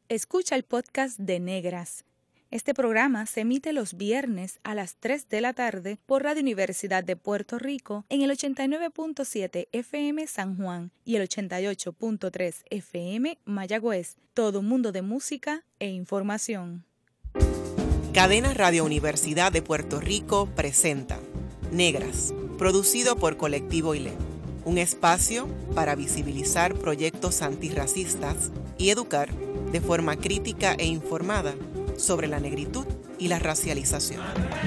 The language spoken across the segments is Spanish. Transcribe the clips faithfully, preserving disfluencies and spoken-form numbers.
Escucha el podcast de Negras. Este programa se emite los viernes a las tres de la tarde por Radio Universidad de Puerto Rico en el ochenta y nueve punto siete F M San Juan y el ochenta y ocho punto tres F M Mayagüez. Todo un mundo de música e información. Cadena Radio Universidad de Puerto Rico presenta Negras, producido por Colectivo I L E, un espacio para visibilizar proyectos antirracistas y educar de forma crítica e informada sobre la negritud y la racialización.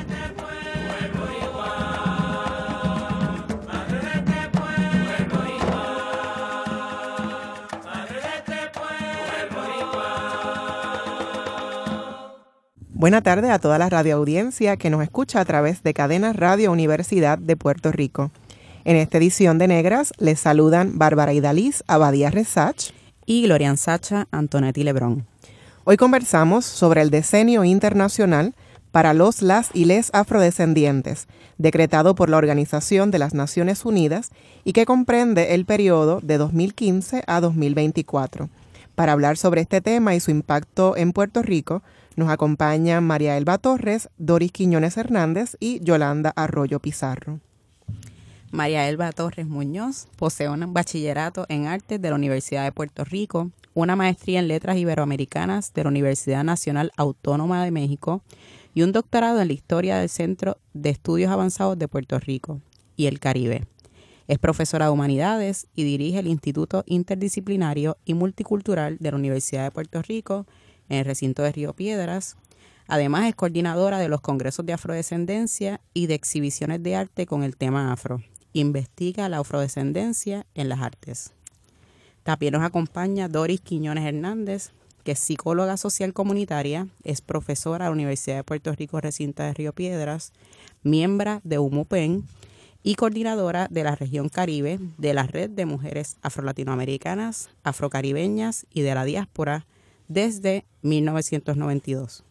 Buenas tardes a toda la radioaudiencia que nos escucha a través de Cadena Radio Universidad de Puerto Rico. En esta edición de Negras les saludan Bárbara Idaliz Abadía Resach y Glorian Sacha Antonetti Lebrón. Hoy conversamos sobre el Decenio Internacional para los, las y les afrodescendientes, decretado por la Organización de las Naciones Unidas y que comprende el periodo de dos mil quince a dos mil veinticuatro. Para hablar sobre este tema y su impacto en Puerto Rico, nos acompañan María Elba Torres, Doris Quiñones Hernández y Yolanda Arroyo Pizarro. María Elba Torres Muñoz posee un bachillerato en artes de la Universidad de Puerto Rico, una maestría en letras iberoamericanas de la Universidad Nacional Autónoma de México y un doctorado en la historia del Centro de Estudios Avanzados de Puerto Rico y el Caribe. Es profesora de humanidades y dirige el Instituto Interdisciplinario y Multicultural de la Universidad de Puerto Rico en el recinto de Río Piedras. Además, es coordinadora de los congresos de afrodescendencia y de exhibiciones de arte con el tema afro. Investiga la afrodescendencia en las artes. También nos acompaña Doris Quiñones Hernández, que es psicóloga social comunitaria, es profesora de la Universidad de Puerto Rico, recinto de Río Piedras, miembro de UMUPEN y coordinadora de la región Caribe de la Red de Mujeres Afro-Latinoamericanas, Afrocaribeñas y de la Diáspora desde mil novecientos noventa y dos.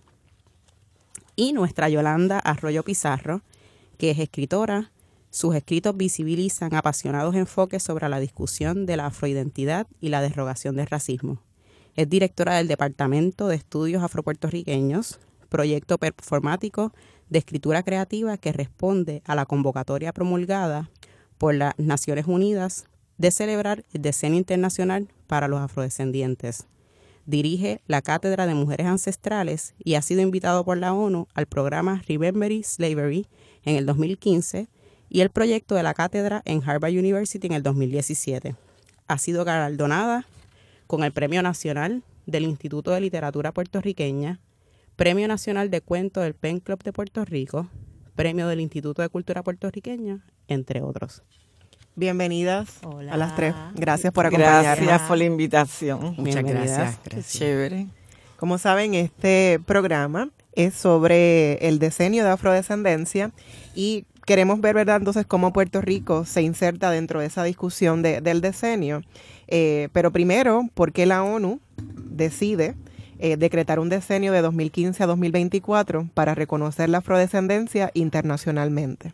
Y nuestra Yolanda Arroyo Pizarro, que es escritora. Sus escritos visibilizan apasionados enfoques sobre la discusión de la afroidentidad y la derogación del racismo. Es directora del Departamento de Estudios Afropuertorriqueños, proyecto performático de escritura creativa que responde a la convocatoria promulgada por las Naciones Unidas de celebrar el Decenio Internacional para los Afrodescendientes. Dirige la Cátedra de Mujeres Ancestrales y ha sido invitado por la ONU al programa Remembering Slavery en el dos mil quince y el proyecto de la cátedra en Harvard University en el dos mil diecisiete. Ha sido galardonada con el Premio Nacional del Instituto de Literatura Puertorriqueña, Premio Nacional de Cuento del Pen Club de Puerto Rico, Premio del Instituto de Cultura Puertorriqueña, entre otros. Bienvenidas Hola. a las tres. Gracias por acompañarnos. Gracias por la invitación. Muchas gracias. Qué chévere. Como saben, este programa es sobre el Decenio de Afrodescendencia y queremos ver, ¿verdad?, entonces cómo Puerto Rico se inserta dentro de esa discusión de, del decenio. Eh, pero primero, ¿por qué la ONU decide eh, decretar un decenio de dos mil quince a dos mil veinticuatro para reconocer la afrodescendencia internacionalmente?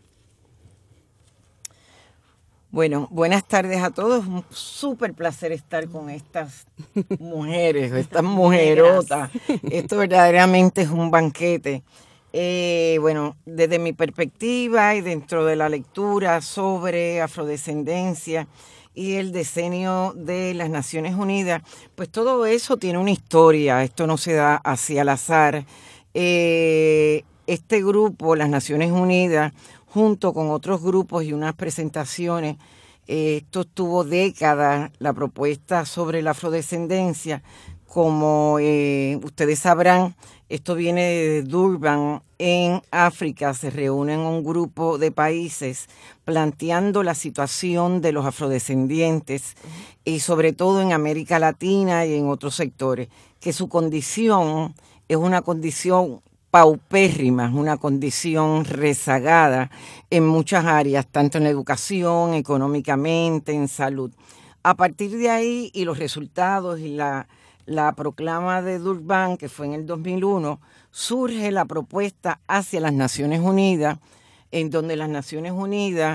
Bueno, buenas tardes a todos. Un súper placer estar con estas mujeres, estas mujerotas. Esto verdaderamente es un banquete. Eh, bueno, desde mi perspectiva y dentro de la lectura sobre afrodescendencia y el decenio de las Naciones Unidas, pues todo eso tiene una historia, esto no se da así al azar. Eh, este grupo, las Naciones Unidas, junto con otros grupos y unas presentaciones, eh, esto tuvo décadas, la propuesta sobre la afrodescendencia. Como eh, ustedes sabrán, esto viene de Durban, en África. Se reúnen un grupo de países planteando la situación de los afrodescendientes y sobre todo en América Latina y en otros sectores, que su condición es una condición paupérrima, una condición rezagada en muchas áreas, tanto en la educación, económicamente, en salud. A partir de ahí y los resultados y la la proclama de Durban, que fue en el dos mil uno, surge la propuesta hacia las Naciones Unidas, en donde las Naciones Unidas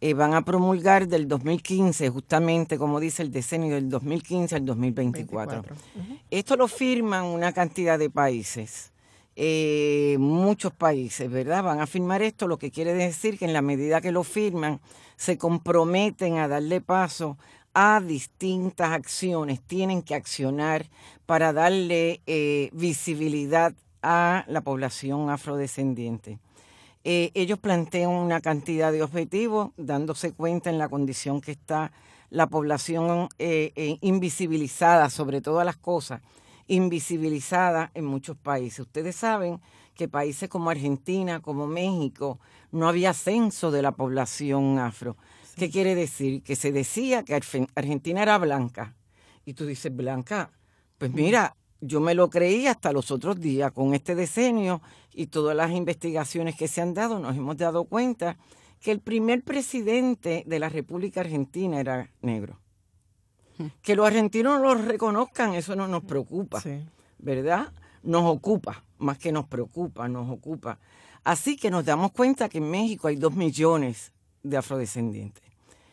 eh, van a promulgar del dos mil quince, justamente como dice el decenio del dos mil quince al dos mil veinticuatro. veinticuatro. Uh-huh. Esto lo firman una cantidad de países, eh, muchos países, ¿verdad? Van a firmar esto, lo que quiere decir que en la medida que lo firman, se comprometen a darle paso a distintas acciones, tienen que accionar para darle eh, visibilidad a la población afrodescendiente. Eh, ellos plantean una cantidad de objetivos, dándose cuenta en la condición que está la población eh, eh, invisibilizada, sobre todas las cosas, invisibilizada en muchos países. Ustedes saben que países como Argentina, como México, no había censo de la población afro. Sí. ¿Qué quiere decir? Que se decía que Argentina era blanca. Y tú dices, ¿blanca? Pues mira, yo me lo creí hasta los otros días. Con este decenio y todas las investigaciones que se han dado, nos hemos dado cuenta que el primer presidente de la República Argentina era negro. Que los argentinos no lo reconozcan, eso no nos preocupa, sí. ¿Verdad? Nos ocupa, más que nos preocupa, nos ocupa. Así que nos damos cuenta que en México hay dos millones de afrodescendientes.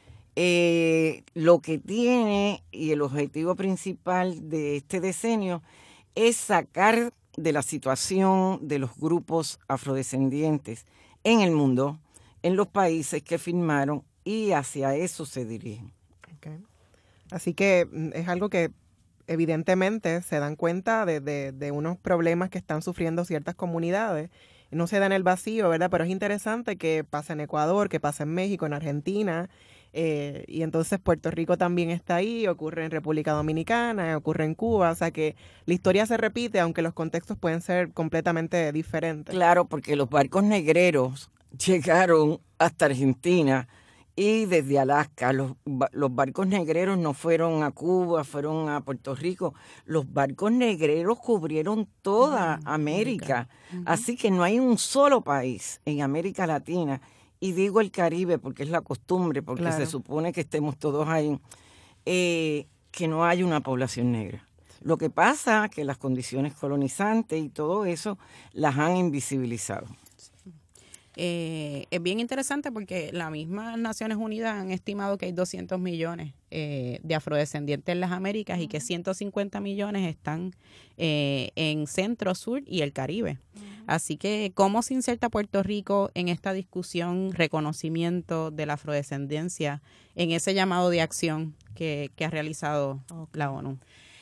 Eh, lo que tiene y el objetivo principal de este decenio es sacar de la situación de los grupos afrodescendientes en el mundo, en los países que firmaron, y hacia eso se dirigen. Okay. Así que es algo que evidentemente se dan cuenta de, de, de unos problemas que están sufriendo ciertas comunidades. No se da en el vacío, ¿verdad? Pero es interesante que pasa en Ecuador, que pasa en México, en Argentina, eh, y entonces Puerto Rico también está ahí, ocurre en República Dominicana, ocurre en Cuba, o sea que la historia se repite, aunque los contextos pueden ser completamente diferentes. Claro, porque los barcos negreros llegaron hasta Argentina y desde Alaska. Los, los barcos negreros no fueron a Cuba, fueron a Puerto Rico. Los barcos negreros cubrieron toda uh-huh. América. Uh-huh. Así que no hay un solo país en América Latina, y digo el Caribe porque es la costumbre, porque claro. se supone que estemos todos ahí, eh, que no hay una población negra. Lo que pasa es que las condiciones colonizantes y todo eso las han invisibilizado. Eh, es bien interesante porque las mismas Naciones Unidas han estimado que hay doscientos millones eh, de afrodescendientes en las Américas uh-huh. y que ciento cincuenta millones están eh, en Centro, Sur y el Caribe. Uh-huh. Así que, ¿cómo se inserta Puerto Rico en esta discusión, reconocimiento de la afrodescendencia, en ese llamado de acción que, que ha realizado okay. la ONU?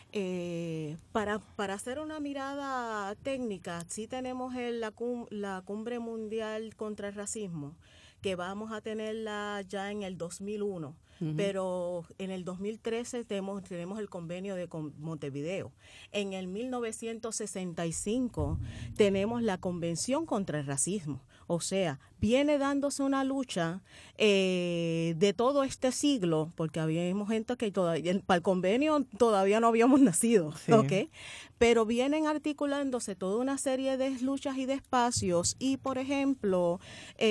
Eh, para, para hacer una mirada técnica, sí tenemos el, la, cum, la Cumbre Mundial contra el Racismo, que vamos a tenerla ya en el dos mil uno, uh-huh. pero en el dos mil trece tenemos, tenemos el convenio de Montevideo. En el mil novecientos sesenta y cinco tenemos la Convención contra el Racismo. O sea, viene dándose una lucha eh, de todo este siglo, porque habíamos gente que todavía, para el convenio todavía no habíamos nacido, sí. ¿ok? Pero vienen articulándose toda una serie de luchas y de espacios, y por ejemplo,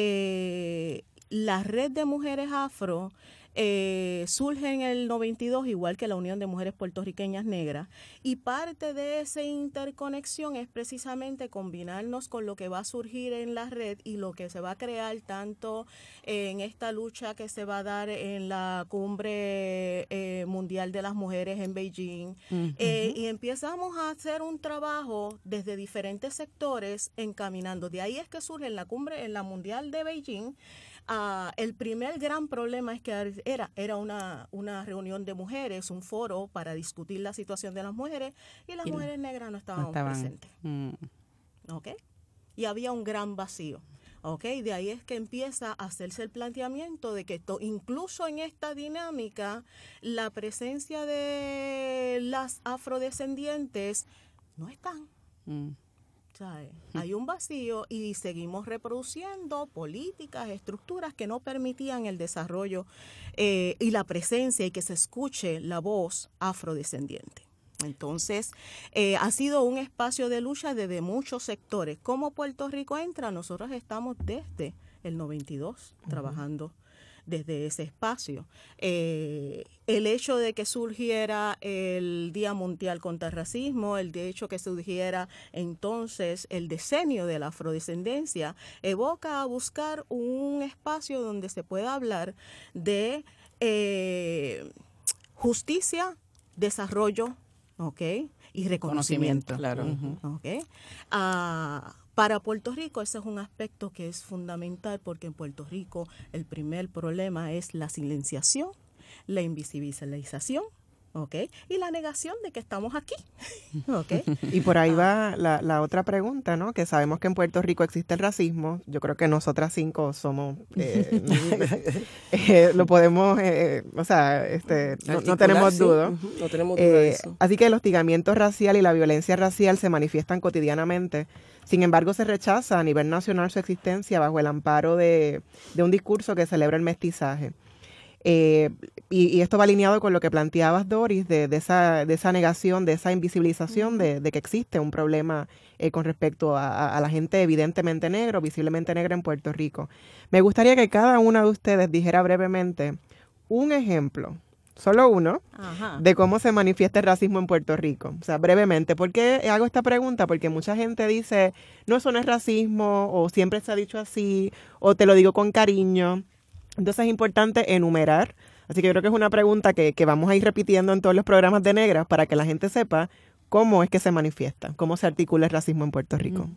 eh, la Red de Mujeres Afro Eh, surge en el noventa y dos, igual que la Unión de Mujeres Puertorriqueñas Negras, y parte de esa interconexión es precisamente combinarnos con lo que va a surgir en la red y lo que se va a crear tanto en esta lucha que se va a dar en la Cumbre eh, Mundial de las Mujeres en Beijing, uh-huh. eh, y empezamos a hacer un trabajo desde diferentes sectores encaminando. De ahí es que surge en la Cumbre, en la Mundial de Beijing. Uh, el primer gran problema es que era, era una, una reunión de mujeres, un foro para discutir la situación de las mujeres, y las y mujeres negras no estaban, no estaban presentes. Mm. ¿Okay? Y había un gran vacío. ¿Okay? De ahí es que empieza a hacerse el planteamiento de que to, incluso en esta dinámica la presencia de las afrodescendientes no están. Mm. ¿Sabe? Hay un vacío y seguimos reproduciendo políticas, estructuras que no permitían el desarrollo eh, y la presencia y que se escuche la voz afrodescendiente. Entonces, eh, ha sido un espacio de lucha desde muchos sectores. ¿Cómo Puerto Rico entra? Nosotros estamos desde el noventa y dos uh-huh. trabajando desde ese espacio. Eh, el hecho de que surgiera el Día Mundial contra el Racismo, el de hecho que surgiera entonces el decenio de la afrodescendencia, evoca a buscar un espacio donde se pueda hablar de eh, justicia, desarrollo, ¿ok? Y reconocimiento. Claro. Uh-huh. ¿Okay? Uh, para Puerto Rico ese es un aspecto que es fundamental porque en Puerto Rico el primer problema es la silenciación, la invisibilización, ¿okay? Y la negación de que estamos aquí. ¿Okay? Y por ahí va la, la otra pregunta, ¿no? Que sabemos que en Puerto Rico existe el racismo. Yo creo que nosotras cinco somos, eh, eh, lo podemos, eh, o sea, este, no, no tenemos sí. duda. Uh-huh. No tenemos duda eh, de eso. Así que el hostigamiento racial y la violencia racial se manifiestan cotidianamente. Sin embargo, se rechaza a nivel nacional su existencia bajo el amparo de, de un discurso que celebra el mestizaje. Eh, y, y esto va alineado con lo que planteabas, Doris, de, de, esa, de esa negación, de esa invisibilización de, de que existe un problema eh, con respecto a, a, a la gente evidentemente negra, visiblemente negra en Puerto Rico. Me gustaría que cada una de ustedes dijera brevemente un ejemplo, solo uno, Ajá. de cómo se manifiesta el racismo en Puerto Rico. O sea, brevemente. ¿Por qué hago esta pregunta? Porque mucha gente dice, no, eso no es racismo, o siempre se ha dicho así, o te lo digo con cariño. Entonces es importante enumerar, así que yo creo que es una pregunta que, que vamos a ir repitiendo en todos los programas de Negras para que la gente sepa cómo es que se manifiesta, cómo se articula el racismo en Puerto Rico.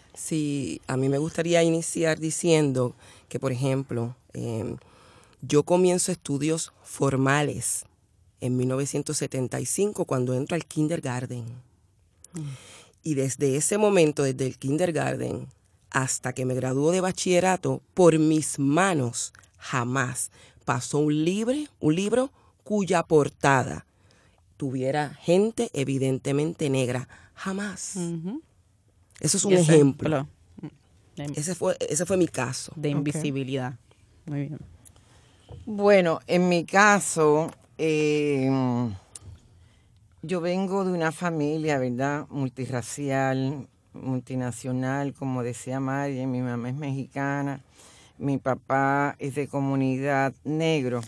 Sí, a mí me gustaría iniciar diciendo que, por ejemplo, eh, yo comienzo estudios formales en mil novecientos setenta y cinco cuando entro al kindergarten. Mm. Y desde ese momento, desde el kindergarten hasta que me graduó de bachillerato, por mis manos jamás pasó un libro, un libro cuya portada tuviera gente evidentemente negra. Jamás. Uh-huh. Eso es un ese, ejemplo. De, ese, fue, ese fue mi caso. De invisibilidad. Okay. Muy bien. Bueno, en mi caso, eh, yo vengo de una familia, ¿verdad?, multirracial, multinacional, como decía Mari. Mi mamá es mexicana. Mi papá es de comunidad negro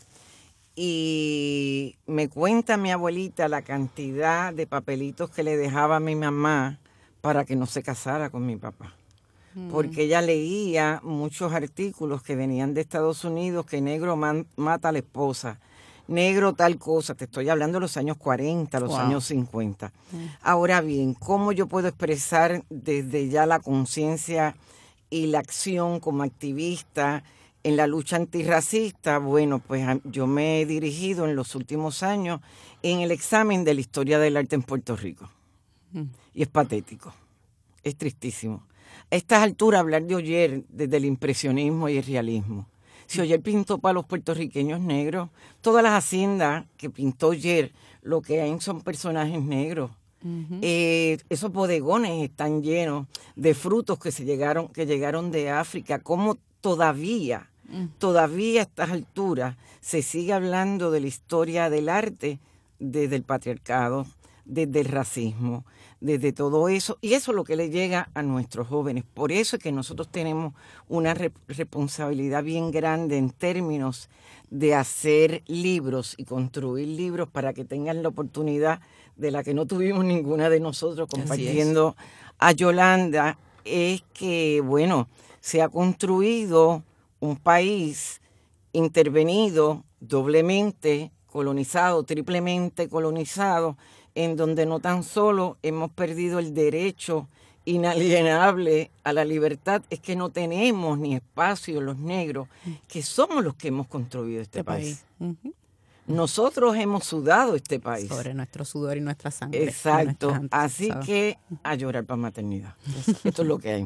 y me cuenta mi abuelita la cantidad de papelitos que le dejaba a mi mamá para que no se casara con mi papá. Mm. Porque ella leía muchos artículos que venían de Estados Unidos, que negro man, mata a la esposa, negro tal cosa. Te estoy hablando de los años cuarenta, los wow. años cincuenta. Mm. Ahora bien, ¿cómo yo puedo expresar desde ya la conciencia y la acción como activista en la lucha antirracista? Bueno, pues yo me he dirigido en los últimos años en el examen de la historia del arte en Puerto Rico. Mm. Y es patético, es tristísimo. A estas alturas hablar de Oller desde el impresionismo y el realismo. Si Oller pintó para los puertorriqueños negros, todas las haciendas que pintó Oller, lo que hay son personajes negros. Uh-huh. Eh, esos bodegones están llenos de frutos que se llegaron, que llegaron de África. Como todavía, uh-huh. todavía a estas alturas se sigue hablando de la historia del arte desde el patriarcado, desde el racismo, desde todo eso, y eso es lo que le llega a nuestros jóvenes. Por eso es que nosotros tenemos una re- responsabilidad bien grande en términos de hacer libros y construir libros para que tengan la oportunidad de la que no tuvimos ninguna de nosotros compartiendo a Yolanda, es que, bueno, se ha construido un país intervenido, doblemente colonizado, triplemente colonizado, en donde no tan solo hemos perdido el derecho inalienable a la libertad, es que no tenemos ni espacio los negros, que somos los que hemos construido este, este país. país. Uh-huh. Nosotros hemos sudado este país. Sobre nuestro sudor y nuestra sangre. Exacto. Así que a llorar para maternidad. Esto es lo que hay.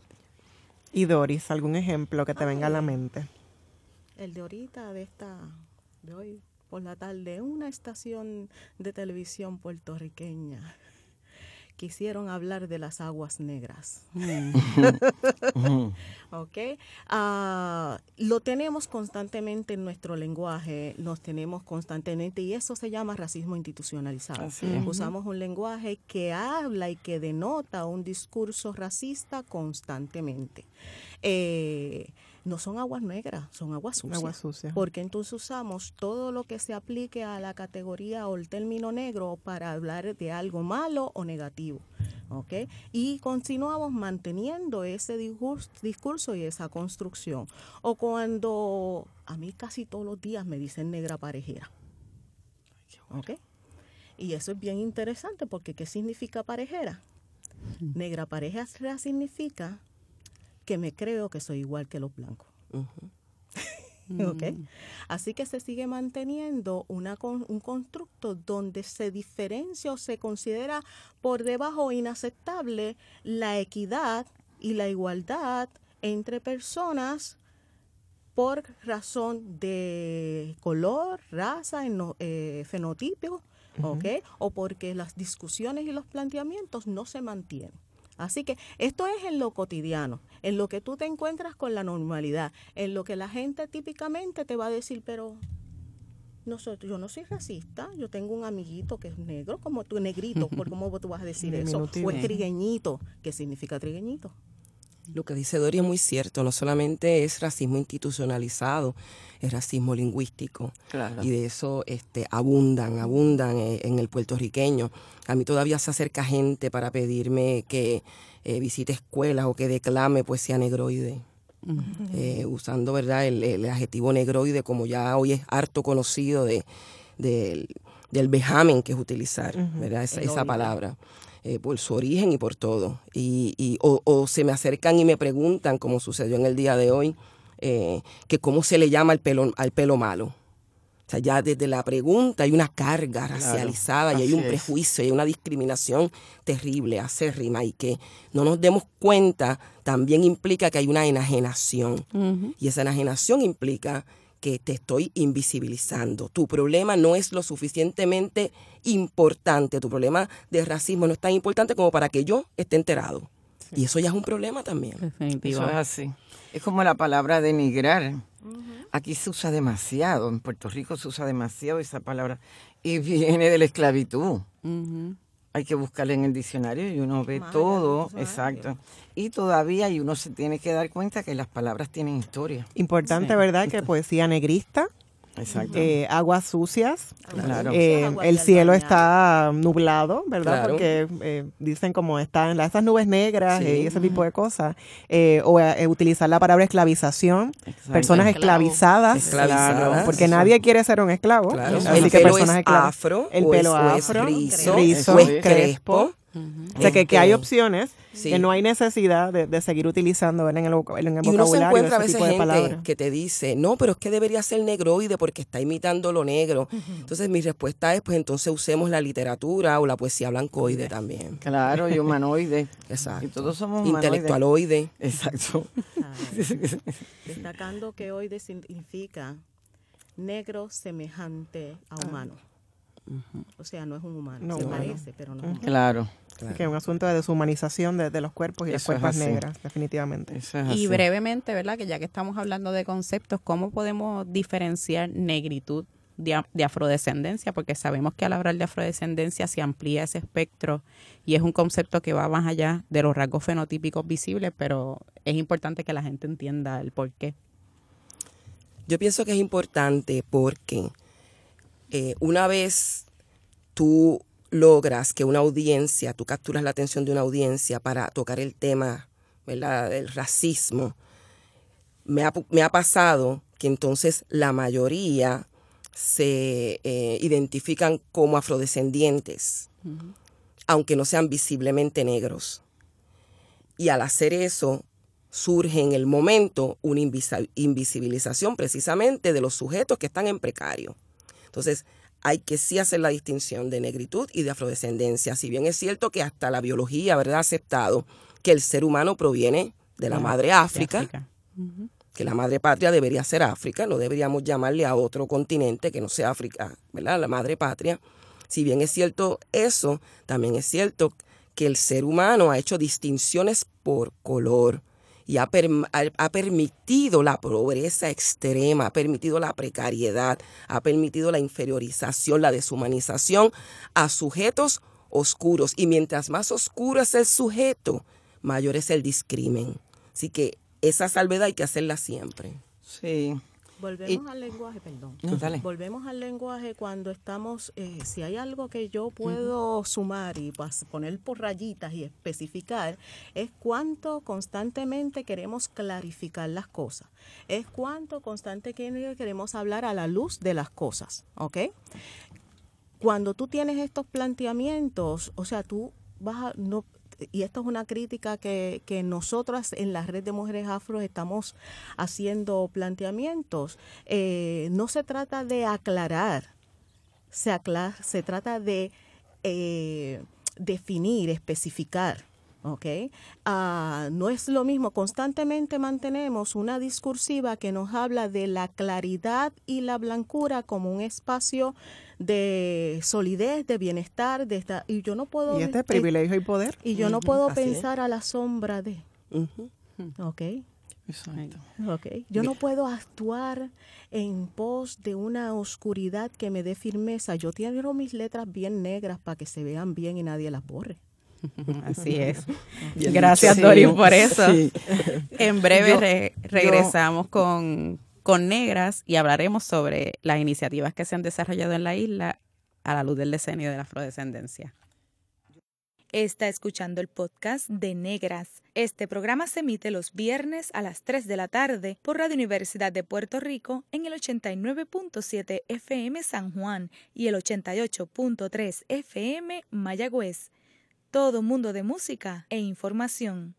Y Doris, ¿algún ejemplo que te Ay, venga a la mente? El de ahorita, de esta, de hoy por la tarde, una estación de televisión puertorriqueña quisieron hablar de las aguas negras. Mm. ¿Ok? Uh, lo tenemos constantemente en nuestro lenguaje, nos tenemos constantemente, y eso se llama racismo institucionalizado. Así es. Usamos un lenguaje que habla y que denota un discurso racista constantemente. Eh, no son aguas negras, son aguas sucias. Agua sucia. Porque entonces usamos todo lo que se aplique a la categoría o el término negro para hablar de algo malo o negativo. ¿Okay? Y continuamos manteniendo ese discurso, discurso y esa construcción. O cuando a mí casi todos los días me dicen negra parejera. ¿Okay? Y eso es bien interesante porque ¿qué significa parejera? Uh-huh. Negra parejera significa que me creo que soy igual que los blancos. Uh-huh. ¿Okay? Así que se sigue manteniendo una con, un constructo donde se diferencia o se considera por debajo inaceptable la equidad y la igualdad entre personas por razón de color, raza, eno, eh, fenotipo, uh-huh. ¿okay? O porque las discusiones y los planteamientos no se mantienen. Así que esto es en lo cotidiano, en lo que tú te encuentras con la normalidad, en lo que la gente típicamente te va a decir, pero nosotros, yo no soy racista, yo tengo un amiguito que es negro, como tú, negrito, ¿por cómo tú vas a decir eso? O es trigueñito, ¿qué significa trigueñito? Lo que dice Dori es muy cierto, no solamente es racismo institucionalizado, es racismo lingüístico. Claro. Y de eso este, abundan, abundan eh, en el puertorriqueño. A mí todavía se acerca gente para pedirme que eh, visite escuelas o que declame poesía negroide. Uh-huh. Eh, usando, ¿verdad?, el, el adjetivo negroide, como ya hoy es harto conocido de, de, del vejamen que es utilizar, uh-huh. ¿verdad?, esa, esa palabra. Eh, por su origen y por todo. Y, y o, o se me acercan y me preguntan, como sucedió en el día de hoy, eh, que cómo se le llama al pelo, al pelo malo. O sea, ya desde la pregunta hay una carga racializada, claro, y hay un es. prejuicio, y hay una discriminación terrible, acérrima, y que no nos demos cuenta también implica que hay una enajenación. Uh-huh. Y esa enajenación implica que te estoy invisibilizando. Tu problema no es lo suficientemente importante. Tu problema de racismo no es tan importante como para que yo esté enterado. Sí. Y eso ya es un problema también. Definitivo. Eso es así. Es como la palabra denigrar. Uh-huh. Aquí se usa demasiado. En Puerto Rico se usa demasiado esa palabra. Y viene de la esclavitud. Uh-huh. Hay que buscarla en el diccionario y uno ve Madre, todo, exacto. Y todavía y uno se tiene que dar cuenta que las palabras tienen historia. Importante, sí. ¿verdad? Que poesía negrista, exacto. Eh, aguas sucias, claro. eh, el cielo está nublado, ¿verdad? Claro. Porque eh, dicen como están esas nubes negras, sí. eh, y ese tipo de cosas. Eh, o eh, utilizar la palabra esclavización, exacto. personas esclavizadas, esclavizadas, porque eso. Nadie quiere ser un esclavo. Claro. Así el que pelo personas es afro, el pelo o es, afro, o es rizo, rizo, o es crespo. Uh-huh. O sea, que, que hay opciones, sí. que no hay necesidad de, de seguir utilizando en el, en el vocabulario. Y uno se encuentra a veces gente que te dice, no, pero es que debería ser negroide porque está imitando lo negro. Uh-huh. Entonces mi respuesta es, pues entonces usemos la literatura o la poesía blancoide sí. también. Claro, y humanoide. Exacto. Y todos somos humanoides. Intelectualoide. Exacto. Destacando que oide significa negro semejante a humano. Uh-huh. O sea, no es un humano, no, se bueno. parece, pero no es uh-huh. humano. Claro. Claro. Que es un asunto de deshumanización de, de los cuerpos y las cuerpas negras, definitivamente. Eso es así. Y brevemente, ¿verdad? Que ya que estamos hablando de conceptos, ¿cómo podemos diferenciar negritud de, de afrodescendencia? Porque sabemos que al hablar de afrodescendencia se amplía ese espectro y es un concepto que va más allá de los rasgos fenotípicos visibles, pero es importante que la gente entienda el por qué. Yo pienso que es importante porque eh, una vez tú logras que una audiencia, tú capturas la atención de una audiencia para tocar el tema, ¿verdad?, del racismo, me ha, me ha pasado que entonces la mayoría se eh, identifican como afrodescendientes, uh-huh. aunque no sean visiblemente negros. Y al hacer eso, surge en el momento una invisi- invisibilización precisamente de los sujetos que están en precario. Entonces, hay que sí hacer la distinción de negritud y de afrodescendencia. Si bien es cierto que hasta la biología, ¿verdad?, ha aceptado que el ser humano proviene de la madre África, África. Uh-huh. que la madre patria debería ser África, no deberíamos llamarle a otro continente que no sea África, ¿verdad?, la madre patria. Si bien es cierto eso, también es cierto que el ser humano ha hecho distinciones por color, y ha, per, ha, ha permitido la pobreza extrema, ha permitido la precariedad, ha permitido la inferiorización, la deshumanización a sujetos oscuros. Y mientras más oscuro es el sujeto, mayor es el discrimen. Así que esa salvedad hay que hacerla siempre. Sí. Volvemos Y- al lenguaje, perdón. No, dale. Volvemos al lenguaje cuando estamos, eh, si hay algo que yo puedo sumar y pas- poner por rayitas y especificar, es cuánto constantemente queremos clarificar las cosas. Es cuánto constantemente queremos hablar a la luz de las cosas, ¿ok? Cuando tú tienes estos planteamientos, o sea, tú vas a, no, y esto es una crítica que, que nosotras en la red de mujeres afro estamos haciendo planteamientos, eh, no se trata de aclarar, se, aclara, se trata de eh, definir, especificar. ¿Ok? Uh, no es lo mismo, constantemente mantenemos una discursiva que nos habla de la claridad y la blancura como un espacio de solidez, de bienestar, de esta, y yo no puedo... Y este eh, es privilegio y poder. y yo no Ujú, puedo así es. pensar a la sombra de, Ujú. ¿ok? Exacto. Okay. Yo no puedo actuar en pos de una oscuridad que me dé firmeza. Yo quiero mis letras bien negras para que se vean bien y nadie las borre. Así es. Bien Gracias, dicho. Doris, Sí, por eso. sí. En breve Yo- re- regresamos con, con Negras y hablaremos sobre las iniciativas que se han desarrollado en la isla a la luz del decenio de la afrodescendencia. Está escuchando el podcast de Negras. Este programa se emite los viernes a las tres de la tarde por Radio Universidad de Puerto Rico en el ochenta y nueve punto siete F M San Juan y el ochenta y ocho punto tres F M Mayagüez. Todo mundo de música e información.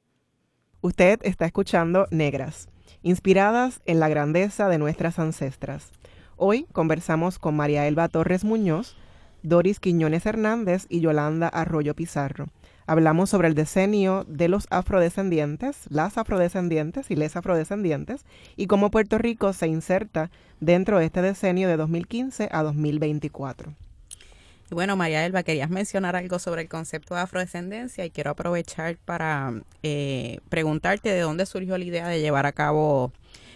Usted está escuchando Negras, inspiradas en la grandeza de nuestras ancestras. Hoy conversamos con María Elba Torres Muñoz, Doris Quiñones Hernández y Yolanda Arroyo Pizarro. Hablamos sobre el decenio de los afrodescendientes, las afrodescendientes y les afrodescendientes, y cómo Puerto Rico se inserta dentro de este decenio de dos mil quince a dos mil veinticuatro. Y bueno, María Elba, querías mencionar algo sobre el concepto de afrodescendencia y quiero aprovechar para eh, preguntarte de dónde surgió la idea de llevar a cabo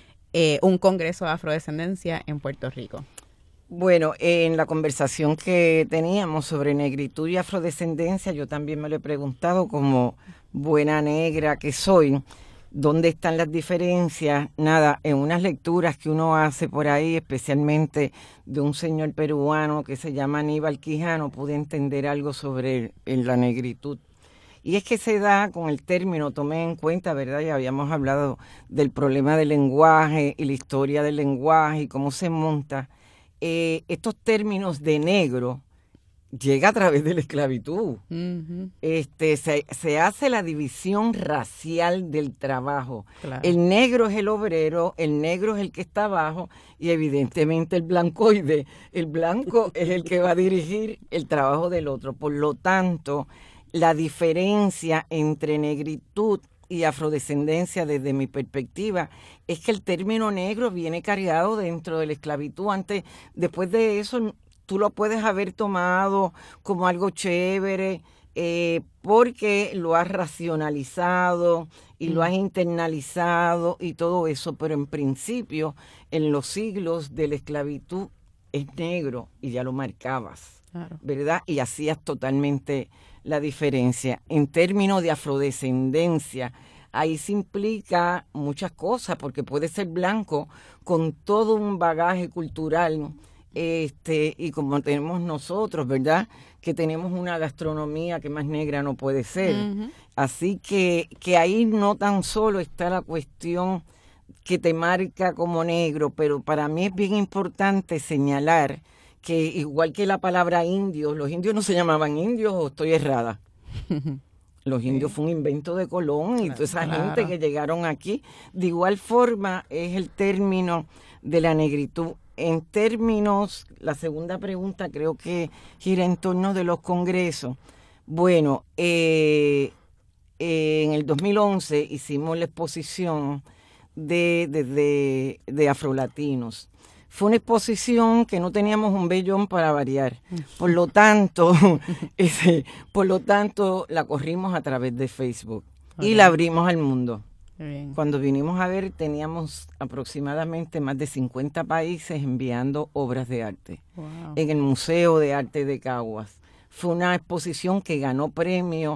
eh, un congreso de afrodescendencia en Puerto Rico. Bueno, en la conversación que teníamos sobre negritud y afrodescendencia, yo también me lo he preguntado como buena negra que soy, ¿dónde están las diferencias? Nada, en unas lecturas que uno hace por ahí, especialmente de un señor peruano que se llama Aníbal Quijano, pude entender algo sobre el, la negritud. Y es que se da con el término, tomé en cuenta, ¿verdad? Ya habíamos hablado del problema del lenguaje y la historia del lenguaje y cómo se monta. Eh, estos términos de negro llega a través de la esclavitud. Uh-huh. Este, se, se hace la división racial del trabajo. Claro. El negro es el obrero, el negro es el que está abajo y evidentemente el blancoide. El blanco es el que va a dirigir el trabajo del otro. Por lo tanto, la diferencia entre negritud y afrodescendencia, desde mi perspectiva, es que el término negro viene cargado dentro de la esclavitud. Antes, después de eso, tú lo puedes haber tomado como algo chévere, eh, porque lo has racionalizado y mm. lo has internalizado y todo eso, pero en principio, en los siglos de la esclavitud, es negro y ya lo marcabas, claro. ¿Verdad? Y hacías totalmente la diferencia. En términos de afrodescendencia, ahí se implica muchas cosas, porque puede ser blanco con todo un bagaje cultural, este, y como tenemos nosotros, ¿verdad? Que tenemos una gastronomía que más negra no puede ser. Uh-huh. Así que, que ahí no tan solo está la cuestión que te marca como negro, pero para mí es bien importante señalar que igual que la palabra indios, los indios no se llamaban indios, o estoy errada. Los indios sí. Fue un invento de Colón y claro, toda esa claro. gente que llegaron aquí. De igual forma es el término de la negritud. En términos, la segunda pregunta creo que gira en torno de los congresos. Bueno, eh, eh, en el dos mil once hicimos la exposición de, de, de, de afrolatinos. Fue una exposición que no teníamos un vellón para variar. Por lo tanto, ese, por lo tanto, la corrimos a través de Facebook okay. y la abrimos al mundo. Bien. Cuando vinimos a ver, teníamos aproximadamente más de cincuenta países enviando obras de arte. Wow. En el Museo de Arte de Caguas. Fue una exposición que ganó premio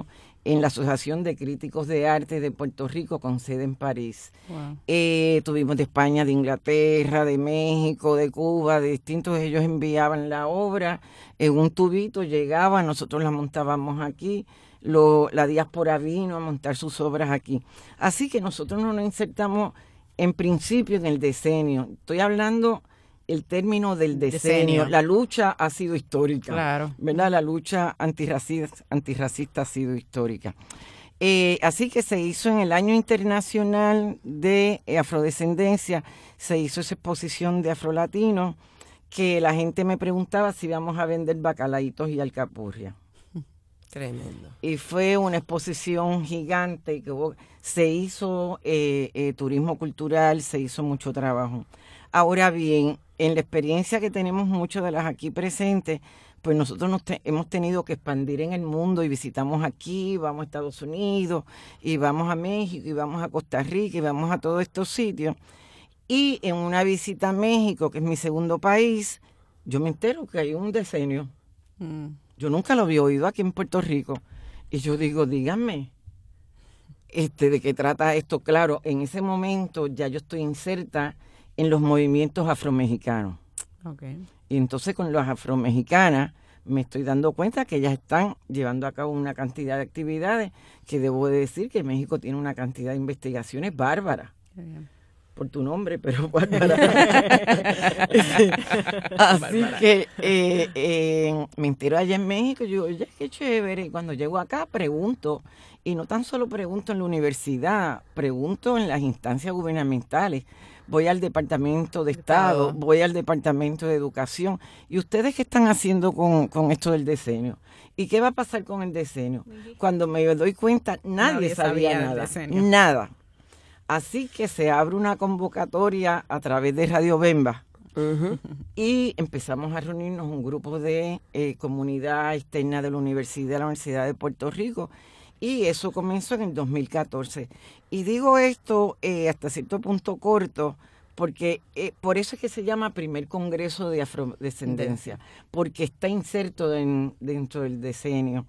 en la Asociación de Críticos de Arte de Puerto Rico con sede en París. Wow. Eh, tuvimos de España, de Inglaterra, de México, de Cuba, de distintos. Ellos enviaban la obra en un tubito, llegaba, nosotros la montábamos aquí. Lo, la diáspora vino a montar sus obras aquí. Así que nosotros no nos insertamos en principio en el decenio. Estoy hablando el término del decenio. Decenio. La lucha ha sido histórica. Claro. ¿Verdad? La lucha antirracista, antirracista ha sido histórica. Eh, así que se hizo en el Año Internacional de Afrodescendencia, se hizo esa exposición de afrolatinos, que la gente me preguntaba si íbamos a vender bacalaitos y alcapurria. Tremendo. Y fue una exposición gigante, que hubo, se hizo eh, eh, turismo cultural, se hizo mucho trabajo. Ahora bien, en la experiencia que tenemos muchos de las aquí presentes, pues nosotros nos te, hemos tenido que expandir en el mundo y visitamos aquí, vamos a Estados Unidos, y vamos a México, y vamos a Costa Rica, y vamos a todos estos sitios. Y en una visita a México, que es mi segundo país, yo me entero que hay un decenio. Mm. Yo nunca lo había oído aquí en Puerto Rico. Y yo digo, díganme, este, ¿de qué trata esto? Claro, en ese momento ya yo estoy inserta en los movimientos afromexicanos. Okay. Y entonces con las afromexicanas me estoy dando cuenta que ellas están llevando a cabo una cantidad de actividades que debo de decir que México tiene una cantidad de investigaciones bárbaras. Qué bien. Por tu nombre, pero bárbara. Así Bárbara. que eh, eh, me entero allá en México y digo, oye, qué chévere. Y cuando llego acá pregunto, y no tan solo pregunto en la universidad, pregunto en las instancias gubernamentales. Voy al Departamento de Estado, Estado. voy al Departamento de Educación. ¿Y ustedes qué están haciendo con, con esto del decenio? ¿Y qué va a pasar con el decenio? Cuando me doy cuenta, nadie, nadie sabía, sabía nada. Nada. Así que se abre una convocatoria a través de Radio Bemba uh-huh. y empezamos a reunirnos un grupo de eh, comunidad externa de la universidad, de la Universidad de Puerto Rico, y eso comenzó en el dos mil catorce. Y digo esto eh, hasta cierto punto corto, porque eh, por eso es que se llama Primer Congreso de Afrodescendencia, porque está inserto en, dentro del decenio.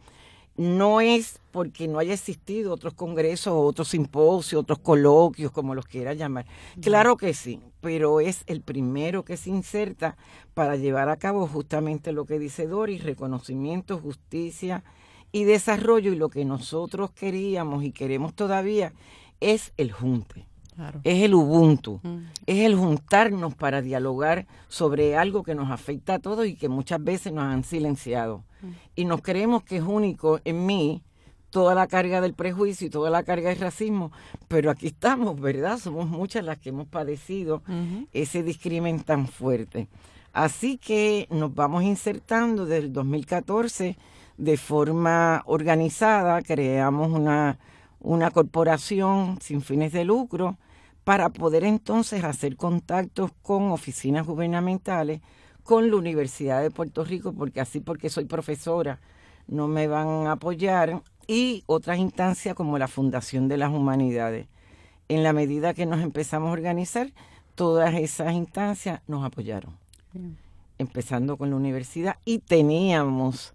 No es porque no haya existido otros congresos, otros simposios, otros coloquios, como los quiera llamar. Claro que sí, pero es el primero que se inserta para llevar a cabo justamente lo que dice Doris, reconocimiento, justicia y desarrollo. Y lo que nosotros queríamos y queremos todavía es el junte. Claro. Es el Ubuntu, mm. es el juntarnos para dialogar sobre algo que nos afecta a todos y que muchas veces nos han silenciado. Mm. Y nos creemos que es único en mí toda la carga del prejuicio y toda la carga del racismo, pero aquí estamos, ¿verdad? Somos muchas las que hemos padecido uh-huh. ese discrimen tan fuerte. Así que nos vamos insertando desde el dos mil catorce de forma organizada, creamos una, una corporación sin fines de lucro, para poder entonces hacer contactos con oficinas gubernamentales, con la Universidad de Puerto Rico, porque así porque soy profesora no me van a apoyar, y otras instancias como la Fundación de las Humanidades. En la medida que nos empezamos a organizar, todas esas instancias nos apoyaron, Bien. empezando con la universidad, y teníamos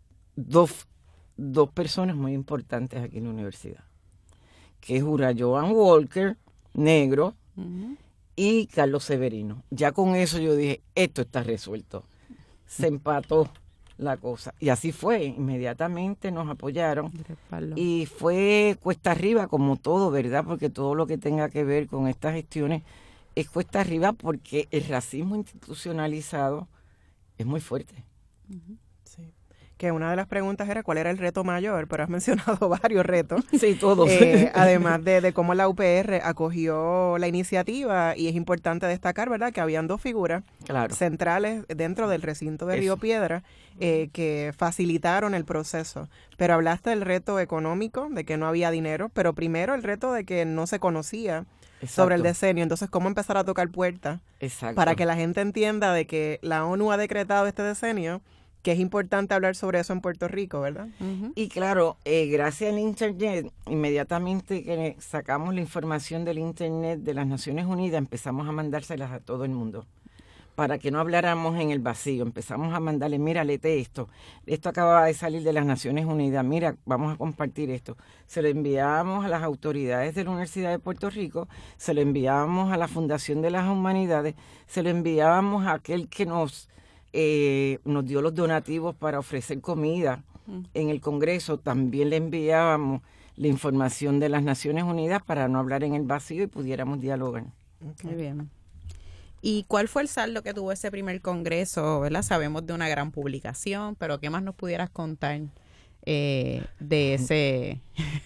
dos, dos personas muy importantes aquí en la universidad, que es Ura Joan Walker, negro, uh-huh. y Carlos Severino. Ya con eso yo dije, esto está resuelto. Se empató la cosa. Y así fue, inmediatamente nos apoyaron. Y fue cuesta arriba como todo, ¿verdad? Porque todo lo que tenga que ver con estas gestiones es cuesta arriba, porque el racismo institucionalizado es muy fuerte. Uh-huh. Sí. Que una de las preguntas era cuál era el reto mayor, pero has mencionado varios retos. Sí, todos. Eh, además de, de cómo la U P R acogió la iniciativa, y es importante destacar, ¿verdad?, que habían dos figuras claro. centrales dentro del recinto de Eso. Río Piedra eh, que facilitaron el proceso. Pero hablaste del reto económico, de que no había dinero, pero primero el reto de que no se conocía Exacto. sobre el decenio. Entonces, ¿cómo empezar a tocar puertas Exacto. para que la gente entienda de que la ONU ha decretado este decenio, que es importante hablar sobre eso en Puerto Rico, ¿verdad? Uh-huh. Y claro, eh, gracias al Internet, inmediatamente que sacamos la información del Internet de las Naciones Unidas, empezamos a mandárselas a todo el mundo. para que no habláramos en el vacío. Empezamos a mandarle, mira, léete esto. Esto acaba de salir de las Naciones Unidas. Mira, vamos a compartir esto. Se lo enviábamos a las autoridades de la Universidad de Puerto Rico, se lo enviábamos a la Fundación de las Humanidades, se lo enviábamos a aquel que nos, eh, nos dio los donativos para ofrecer comida mm. en el Congreso. También le enviábamos la información de las Naciones Unidas para no hablar en el vacío y pudiéramos dialogar. Okay. Muy bien. ¿Y cuál fue el saldo que tuvo ese primer congreso? ¿Verdad? Sabemos de una gran publicación, pero ¿qué más nos pudieras contar eh, de ese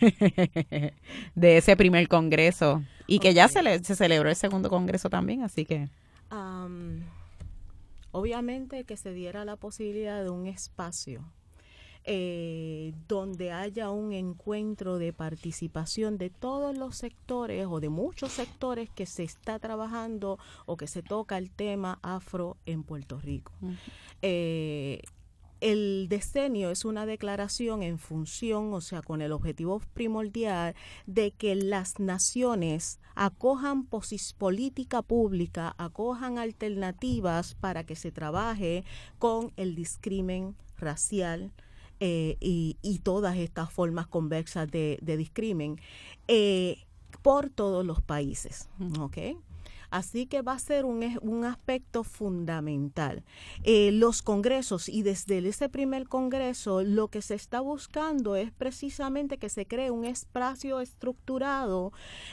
de ese primer congreso? Y que okay. ya se, le, se celebró el segundo congreso también, así que... Um, obviamente que se diera la posibilidad de un espacio Eh, donde haya un encuentro de participación de todos los sectores o de muchos sectores que se está trabajando o que se toca el tema afro en Puerto Rico. Uh-huh. Eh, el decenio es una declaración en función, o sea, con el objetivo primordial de que las naciones acojan posis- política pública, acojan alternativas para que se trabaje con el discrimen racial, Eh, y, y todas estas formas convexas de, de discrimen eh, por todos los países, ¿ok? Así que va a ser un, un aspecto fundamental. Eh, los congresos, y desde ese primer congreso, lo que se está buscando es precisamente que se cree un espacio estructurado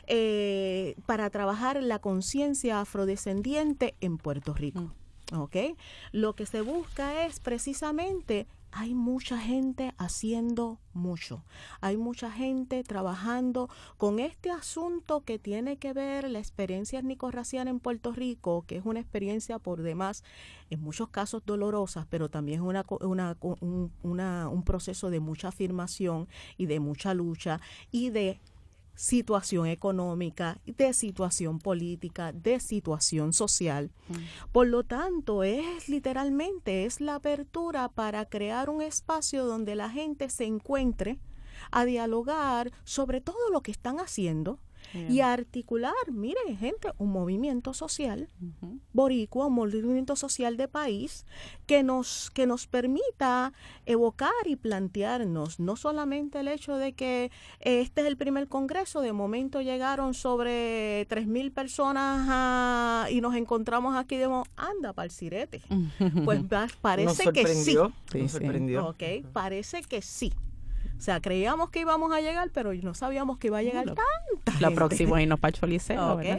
eh, para trabajar la conciencia afrodescendiente en Puerto Rico, ¿ok? Lo que se busca es precisamente... Hay mucha gente haciendo mucho. Hay mucha gente trabajando con este asunto que tiene que ver la experiencia étnico-racial en Puerto Rico, que es una experiencia por demás, en muchos casos dolorosa, pero también es una, una, un, una, un proceso de mucha afirmación y de mucha lucha y de situación económica, de situación política, de situación social. Mm. Por lo tanto, es literalmente, es la apertura para crear un espacio donde la gente se encuentre a dialogar sobre todo lo que están haciendo. Yeah. Y a articular, mire, gente, un movimiento social uh-huh. boricua, un movimiento social de país que nos, que nos permita evocar y plantearnos no solamente el hecho de que este es el primer congreso, de momento llegaron sobre tres mil personas a, y nos encontramos aquí de mo- anda para el sirete. Pues parece que sí. sí nos sorprendió. Okay, parece que sí. O sea, creíamos que íbamos a llegar, pero no sabíamos que iba a llegar lo, tanta Lo gente. próximo es irnos para el Choliseo, okay.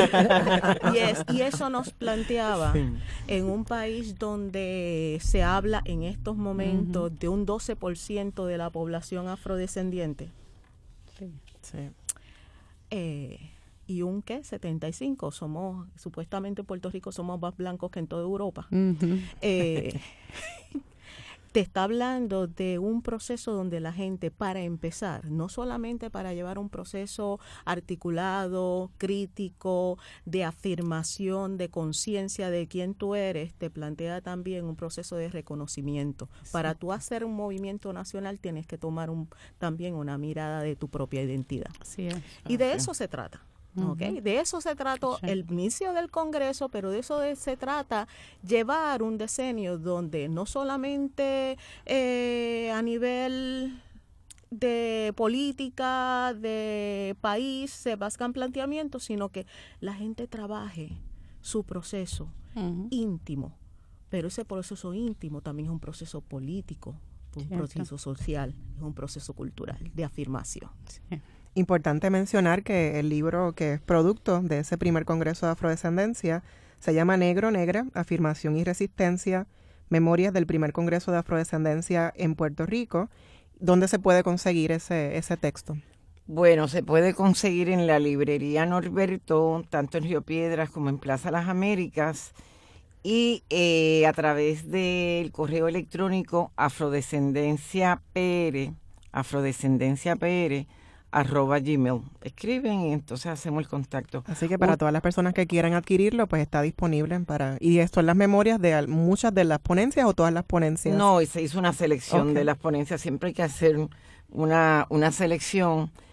y, es, y eso nos planteaba sí. en un país donde se habla en estos momentos uh-huh. de un doce por ciento de la población afrodescendiente. Sí. sí. Eh, y un ¿qué? setenta y cinco. Somos, supuestamente en Puerto Rico somos más blancos que en toda Europa. Uh-huh. Eh, te está hablando de un proceso donde la gente, para empezar, no solamente para llevar un proceso articulado, crítico, de afirmación, de conciencia de quién tú eres, te plantea también un proceso de reconocimiento. Sí. Para tú hacer un movimiento nacional tienes que tomar un, también una mirada de tu propia identidad. Sí, es. Y de eso se trata. Okay. De eso se trata sí. el inicio del Congreso, pero de eso de, se trata llevar un decenio donde no solamente eh, a nivel de política, de país se buscan planteamientos, sino que la gente trabaje su proceso uh-huh. íntimo, pero ese proceso íntimo también es un proceso político, un Cierto. proceso social, es un proceso cultural de afirmación. Sí. Importante mencionar que el libro que es producto de ese primer Congreso de Afrodescendencia se llama Negro, Negra, Afirmación y Resistencia, Memorias del primer Congreso de Afrodescendencia en Puerto Rico. ¿Dónde se puede conseguir ese, ese texto? Bueno, se puede conseguir en la librería Norberto, tanto en Río Piedras como en Plaza Las Américas, y eh, a través del correo electrónico afrodescendenciapr, afrodescendenciapr, arroba gmail. Escriben y entonces hacemos el contacto. Así que para uh, todas las personas que quieran adquirirlo, pues está disponible para... ¿Y esto en las memorias de muchas de las ponencias o todas las ponencias? No, y se hizo una selección okay. de las ponencias. Siempre hay que hacer una, una selección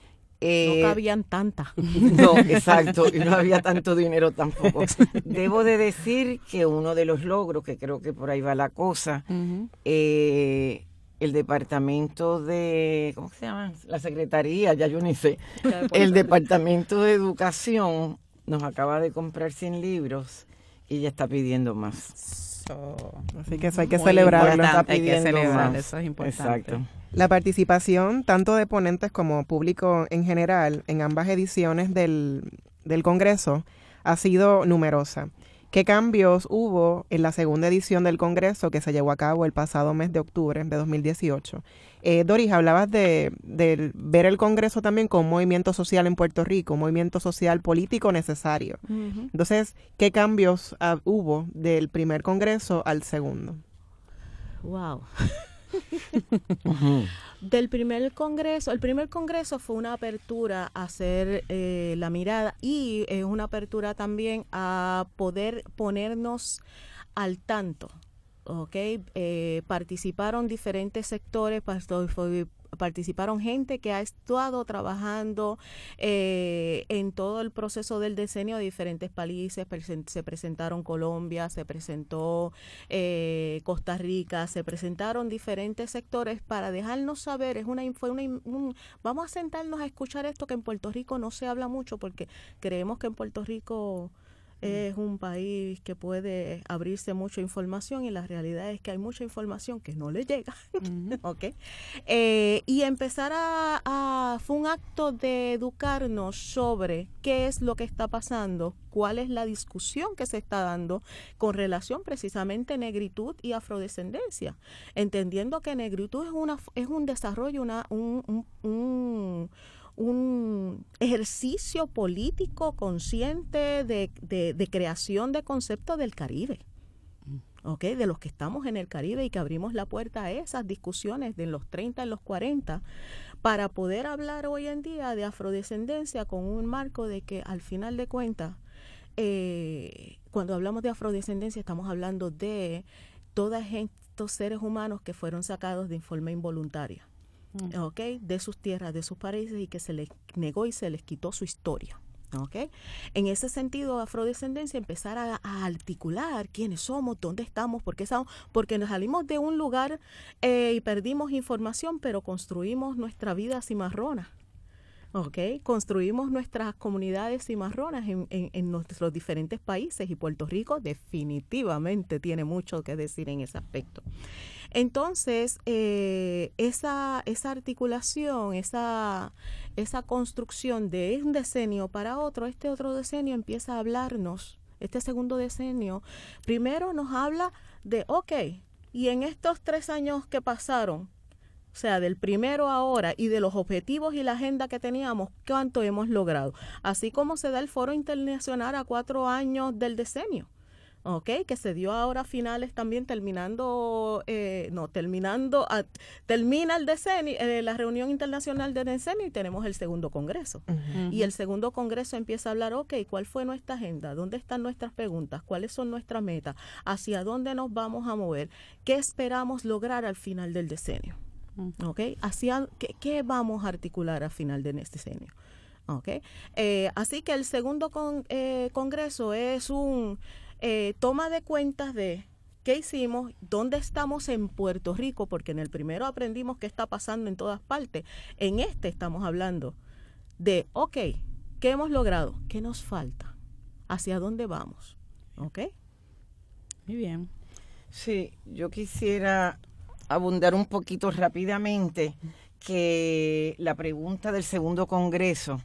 Eh, no cabían tantas. No, exacto, y no había tanto dinero tampoco. Debo de decir que uno de los logros, que creo que por ahí va la cosa, uh-huh. eh, el departamento de, ¿cómo se llama? La secretaría, ya yo ni sé, el departamento de educación nos acaba de comprar cien libros y ya está pidiendo más. So, Así que eso hay que celebrarlo. Está hay que celebrar, eso es importante. Exacto. La participación tanto de ponentes como público en general en ambas ediciones del, del Congreso ha sido numerosa. ¿Qué cambios hubo en la segunda edición del Congreso que se llevó a cabo el pasado mes de octubre de dos mil dieciocho? Eh, Doris, hablabas de, de ver el Congreso también como un movimiento social en Puerto Rico, un movimiento social político necesario. Uh-huh. Entonces, ¿qué cambios uh, hubo del primer Congreso al segundo? Wow. Uh-huh. Del primer congreso, el primer congreso fue una apertura a hacer eh, la mirada y es eh, una apertura también a poder ponernos al tanto, ¿ok? Eh, participaron diferentes sectores, participaron gente que ha estado trabajando eh, en todo el proceso del decenio de diferentes países. Se presentaron Colombia, se presentó eh, Costa Rica, se presentaron diferentes sectores para dejarnos saber, es una, fue una, un, vamos a sentarnos a escuchar esto que en Puerto Rico no se habla mucho porque creemos que en Puerto Rico es un país que puede abrirse mucha información y la realidad es que hay mucha información que no le llega. Uh-huh. ¿Okay? Eh, y empezar a, a, fue un acto de educarnos sobre qué es lo que está pasando, cuál es la discusión que se está dando con relación precisamente a negritud y afrodescendencia, entendiendo que negritud es, una, es un desarrollo, una, un, un, un un ejercicio político consciente de, de, de creación de conceptos del Caribe, ¿okay? De los que estamos en el Caribe y que abrimos la puerta a esas discusiones de los treinta y los cuarenta para poder hablar hoy en día de afrodescendencia con un marco de que al final de cuentas, eh, cuando hablamos de afrodescendencia estamos hablando de todos estos seres humanos que fueron sacados de forma involuntaria. Okay, de sus tierras, de sus países y que se les negó y se les quitó su historia. Okay. En ese sentido, afrodescendencia, empezar a, a articular quiénes somos, dónde estamos, por qué estamos, porque nos salimos de un lugar eh, y perdimos información, pero construimos nuestra vida cimarrona. Okay. Construimos nuestras comunidades cimarronas en, en, en nuestros diferentes países y Puerto Rico definitivamente tiene mucho que decir en ese aspecto. Entonces, eh, esa, esa articulación, esa, esa construcción de un decenio para otro, este otro decenio empieza a hablarnos, este segundo decenio, primero nos habla de, ok, y en estos tres años que pasaron, o sea, del primero ahora y de los objetivos y la agenda que teníamos, ¿cuánto hemos logrado? Así como se da el Foro Internacional a cuatro años del decenio. Okay, que se dio ahora a finales también terminando, eh, no, terminando, a, termina el decenio, eh, la reunión internacional del decenio y tenemos el segundo congreso. Uh-huh. Y el segundo congreso empieza a hablar, ok, ¿cuál fue nuestra agenda? ¿Dónde están nuestras preguntas? ¿Cuáles son nuestras metas? ¿Hacia dónde nos vamos a mover? ¿Qué esperamos lograr al final del decenio? Uh-huh. Okay, ¿hacia qué, qué vamos a articular al final de este decenio? Okay, eh, así que el segundo con, eh, congreso es un Eh, toma de cuentas de qué hicimos, dónde estamos en Puerto Rico, porque en el primero aprendimos qué está pasando en todas partes. En este estamos hablando de, ok, ¿qué hemos logrado? ¿Qué nos falta? ¿Hacia dónde vamos? ¿Ok? Muy bien. Sí, yo quisiera abundar un poquito rápidamente que la pregunta del segundo congreso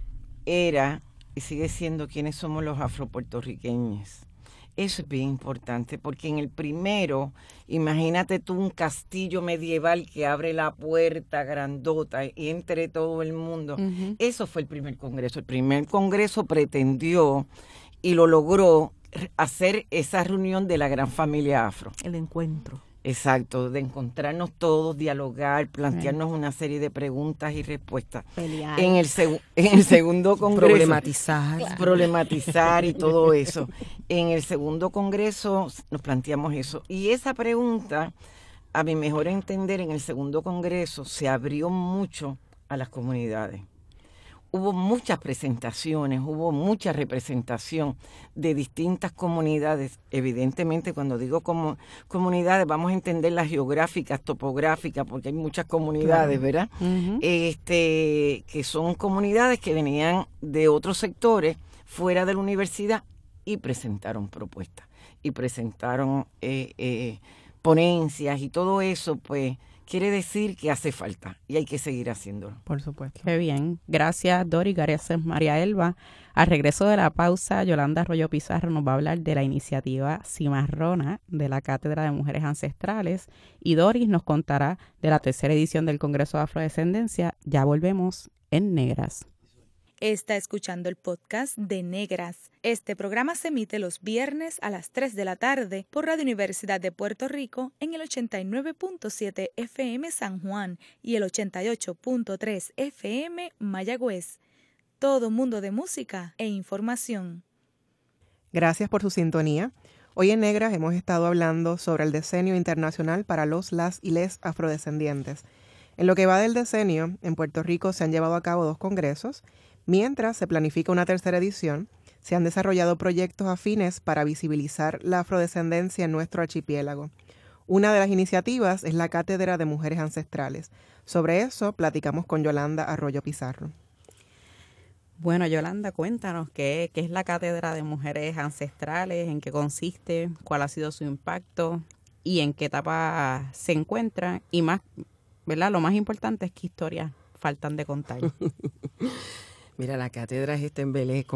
era y sigue siendo quiénes somos los afropuertorriqueños. Eso es bien importante porque en el primero, imagínate tú un castillo medieval que abre la puerta grandota y entre todo el mundo. Uh-huh. Eso fue el primer congreso. El primer congreso pretendió y lo logró hacer esa reunión de la gran familia afro. El encuentro. Exacto, de encontrarnos todos, dialogar, plantearnos sí. una serie de preguntas y respuestas. Pelear. En el, seg- en el segundo congreso. Problematizar. Claro. Problematizar y todo eso. En el segundo congreso nos planteamos eso. Y esa pregunta, a mi mejor entender, en el segundo congreso se abrió mucho a las comunidades. hubo muchas presentaciones, hubo mucha representación de distintas comunidades. Evidentemente, cuando digo como comunidades, vamos a entender las geográficas, topográficas, porque hay muchas comunidades, ¿verdad? Uh-huh. Este, que son comunidades que venían de otros sectores fuera de la universidad y presentaron propuestas y presentaron eh, eh, ponencias y todo eso, pues quiere decir que hace falta y hay que seguir haciéndolo. Por supuesto. Qué bien. Gracias, Dori. Gracias, María Elba. Al regreso de la pausa, Yolanda Arroyo Pizarro nos va a hablar de la iniciativa Cimarrona de la Cátedra de Mujeres Ancestrales y Doris nos contará de la tercera edición del Congreso de Afrodescendencia. Ya volvemos en Negras. Está escuchando el podcast de Negras. Este programa se emite los viernes a las tres de la tarde por Radio Universidad de Puerto Rico en el ochenta y nueve punto siete F M San Juan y el ochenta y ocho punto tres F M Mayagüez. Todo mundo de música e información. Gracias por su sintonía. Hoy en Negras hemos estado hablando sobre el Decenio Internacional para los, las y les afrodescendientes. En lo que va del decenio, en Puerto Rico se han llevado a cabo dos congresos. Mientras se planifica una tercera edición, se han desarrollado proyectos afines para visibilizar la afrodescendencia en nuestro archipiélago. Una de las iniciativas es la Cátedra de Mujeres Ancestrales. Sobre eso platicamos con Yolanda Arroyo Pizarro. Bueno, Yolanda, cuéntanos qué, qué es la Cátedra de Mujeres Ancestrales, en qué consiste, cuál ha sido su impacto y en qué etapa se encuentra y más, ¿verdad? Lo más importante es qué historias faltan de contar. Mira, la cátedra es este embeleco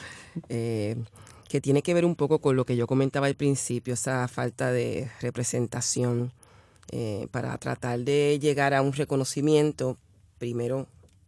eh, que tiene que ver un poco con lo que yo comentaba al principio, esa falta de representación eh, para tratar de llegar a un reconocimiento. Primero,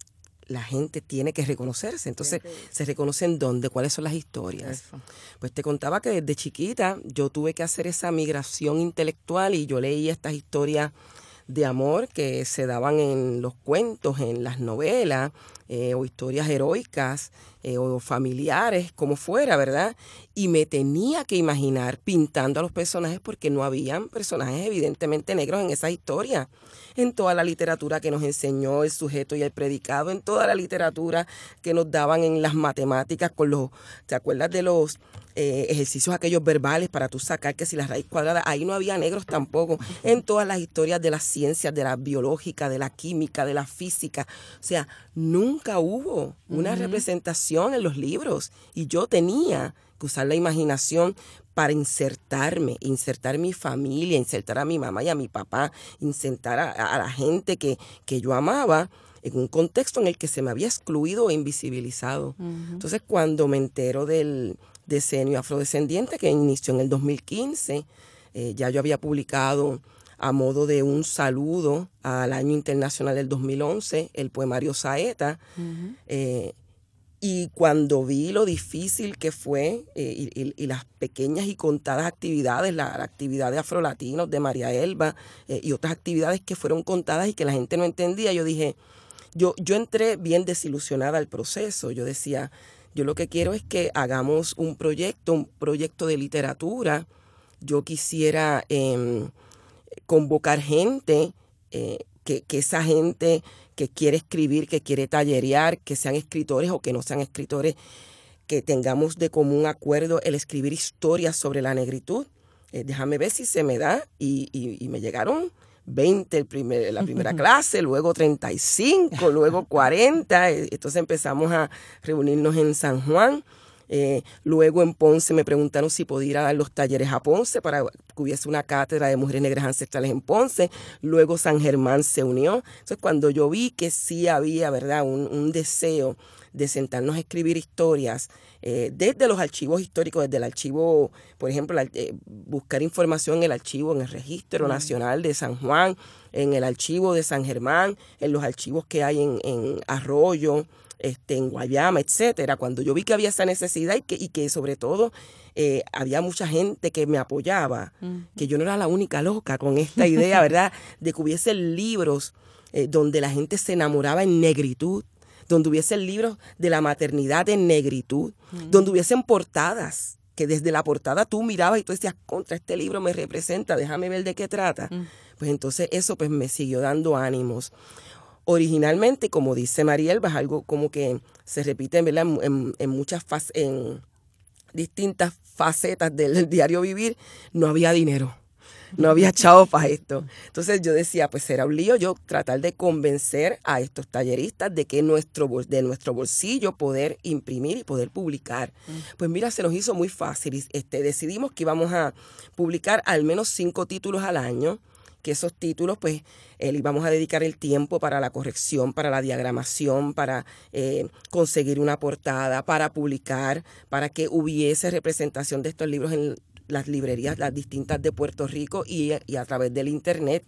la gente tiene que reconocerse, entonces se reconocen dónde, cuáles son las historias. Eso. Pues te contaba que desde chiquita yo tuve que hacer esa migración intelectual y yo leía estas historias de amor que se daban en los cuentos, en las novelas, eh, o historias heroicas, eh, o familiares, como fuera, ¿verdad? Y me tenía que imaginar pintando a los personajes porque no habían personajes evidentemente negros en esas historias. En toda la literatura que nos enseñó el sujeto y el predicado, en toda la literatura que nos daban en las matemáticas con los, ¿te acuerdas de los eh, ejercicios aquellos verbales para tú sacar que si la raíz cuadrada? Ahí no había negros tampoco. En todas las historias de las ciencias, de la biológica, de la química, de la física. O sea, nunca hubo una uh-huh. representación en los libros y yo tenía que usar la imaginación para insertarme, insertar mi familia, insertar a mi mamá y a mi papá, insertar a, a la gente que, que yo amaba en un contexto en el que se me había excluido e invisibilizado. Uh-huh. Entonces, cuando me entero del Decenio Afrodescendiente, que inició en el dos mil quince, eh, ya yo había publicado a modo de un saludo al Año Internacional del dos mil once, el poemario Saeta, uh-huh. eh, y cuando vi lo difícil que fue eh, y, y, y las pequeñas y contadas actividades, la, la actividad de Afrolatinos, de María Elba eh, y otras actividades que fueron contadas y que la gente no entendía, yo dije, yo, yo entré bien desilusionada al proceso. Yo decía, yo lo que quiero es que hagamos un proyecto, un proyecto de literatura. Yo quisiera eh, convocar gente, eh, que, que esa gente que quiere escribir, que quiere tallerear, que sean escritores o que no sean escritores, que tengamos de común acuerdo el escribir historias sobre la negritud. Eh, déjame ver si se me da. Y, y, y me llegaron veinte el primer, la primera clase, luego treinta y cinco, luego cuarenta. Entonces empezamos a reunirnos en San Juan. Eh, luego en Ponce me preguntaron si podía ir a dar los talleres a Ponce para que hubiese una cátedra de mujeres negras ancestrales en Ponce. Luego San Germán se unió. Entonces cuando yo vi que sí había, ¿verdad?, un, un deseo de sentarnos a escribir historias eh, desde los archivos históricos, desde el archivo, por ejemplo, la, eh, buscar información en el archivo, en el Registro mm. Nacional de San Juan, en el archivo de San Germán, en los archivos que hay en, en Arroyo, Este, en Guayama, etcétera. Cuando yo vi que había esa necesidad y que, y que sobre todo eh, había mucha gente que me apoyaba, uh-huh. que yo no era la única loca con esta idea, ¿verdad?, de que hubiese libros eh, donde la gente se enamoraba en negritud, donde hubiesen libros de la maternidad en negritud, uh-huh. donde hubiesen portadas, que desde la portada tú mirabas y tú decías, contra, este libro me representa, déjame ver de qué trata. Uh-huh. Pues entonces eso pues me siguió dando ánimos. originalmente, como dice Marielba, es algo como que se repite, ¿verdad? En, en, en muchas fases, en distintas facetas del diario vivir, no había dinero. No había chavos para esto. Entonces yo decía, pues será un lío yo tratar de convencer a estos talleristas de que nuestro, de nuestro bolsillo poder imprimir y poder publicar. Mm. Pues mira, se nos hizo muy fácil. Este, decidimos que íbamos a publicar al menos cinco títulos al año, que esos títulos, pues, eh, íbamos a dedicar el tiempo para la corrección, para la diagramación, para eh, conseguir una portada, para publicar, para que hubiese representación de estos libros en las librerías, las distintas de Puerto Rico y, y a través del internet.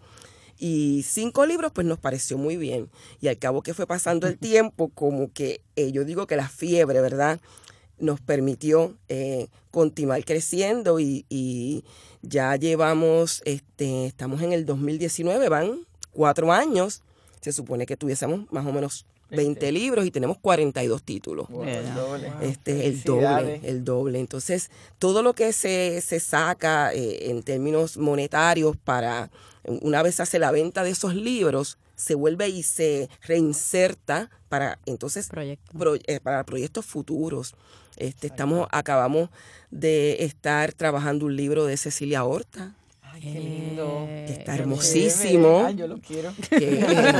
Y cinco libros, pues nos pareció muy bien. Y al cabo que fue pasando el tiempo, como que eh, yo digo que la fiebre, ¿verdad?, nos permitió eh, continuar creciendo y, y ya llevamos, este, estamos en el dos mil diecinueve, van cuatro años. Se supone que tuviésemos más o menos veinte libros y tenemos cuarenta y dos títulos. Wow, el doble. Este, el doble, el doble. Entonces, todo lo que se, se saca eh, en términos monetarios para, una vez hace la venta de esos libros, se vuelve y se reinserta para entonces Proyecto. pro, eh, para proyectos futuros. Este, estamos, acabamos de estar trabajando un libro de Cecilia Horta. Ay, qué lindo. Que está hermosísimo. Ay, yo lo quiero. Que,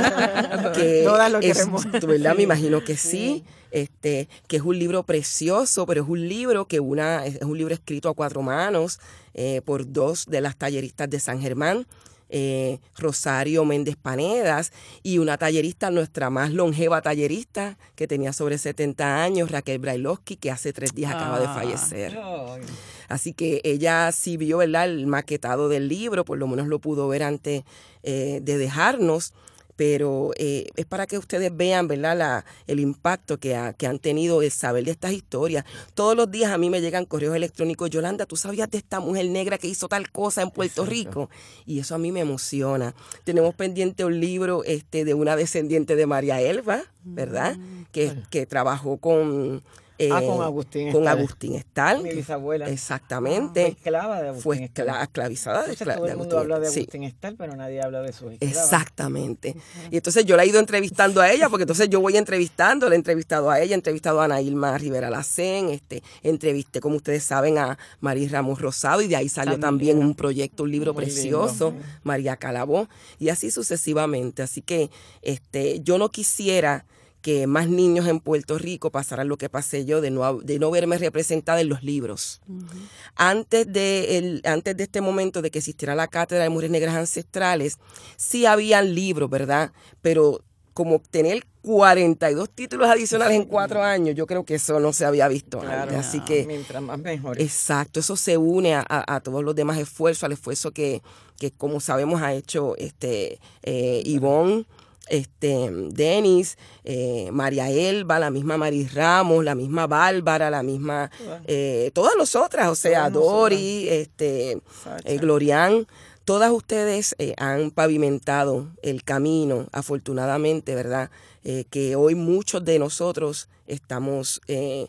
que Todas lo es, queremos. ¿verdad? Sí. Me imagino que sí. Sí. Este, que es un libro precioso, pero es un libro que una, es un libro escrito a cuatro manos eh, por dos de las talleristas de San Germán. Eh, Rosario Méndez Panedas y una tallerista, nuestra más longeva tallerista, que tenía sobre setenta años, Raquel Brailovsky, que hace tres días ah. acaba de fallecer. Ay. Así que ella sí vio, ¿verdad?, el maquetado del libro, por lo menos lo pudo ver antes eh, de dejarnos, pero eh, es para que ustedes vean, ¿verdad?, la, el impacto que, ha, que han tenido el saber de estas historias. Todos los días a mí me llegan correos electrónicos, Yolanda, ¿tú sabías de esta mujer negra que hizo tal cosa en Puerto Exacto. Rico? Y eso a mí me emociona. Tenemos pendiente un libro este, de una descendiente de María Elba, ¿verdad?, mm. que, que trabajó con... Eh, ah, con Agustín Con Estal. Agustín Estal. Mi bisabuela. Exactamente. Ah, fue esclava de Agustín Fue Estal. Fue esclavizada de, entonces, escla- todo de el mundo Agustín habla de sí. Agustín Estal, pero nadie habla de sus esclavas. Exactamente. Uh-huh. Y entonces yo la he ido entrevistando a ella, porque entonces yo voy entrevistando, la he entrevistado a ella, he entrevistado a Ana Ilma Rivera Lacén, este, entrevisté, como ustedes saben, a María Ramos Rosado, y de ahí salió también, también un proyecto, un libro Muy precioso, lindo. María Calabó, y así sucesivamente. Así que este, yo no quisiera que más niños en Puerto Rico pasaran lo que pasé yo, de no, de no verme representada en los libros. Uh-huh. Antes de el, antes de este momento de que existiera la Cátedra de Mujeres Negras Ancestrales, sí habían libros, ¿verdad? Pero como tener cuarenta y dos títulos adicionales en cuatro años, yo creo que eso no se había visto claro, antes. Así no, que, mientras más mejor. Exacto, eso se une a, a, a todos los demás esfuerzos, al esfuerzo que, que como sabemos ha hecho este eh, Ivonne, este Denis, eh, María Elba, la misma Maris Ramos, la misma Bárbara, la misma eh, todas nosotras, o sea, todas Dori, este eh, Glorian, todas ustedes eh, han pavimentado el camino, afortunadamente, ¿verdad? Eh, que hoy muchos de nosotros estamos eh,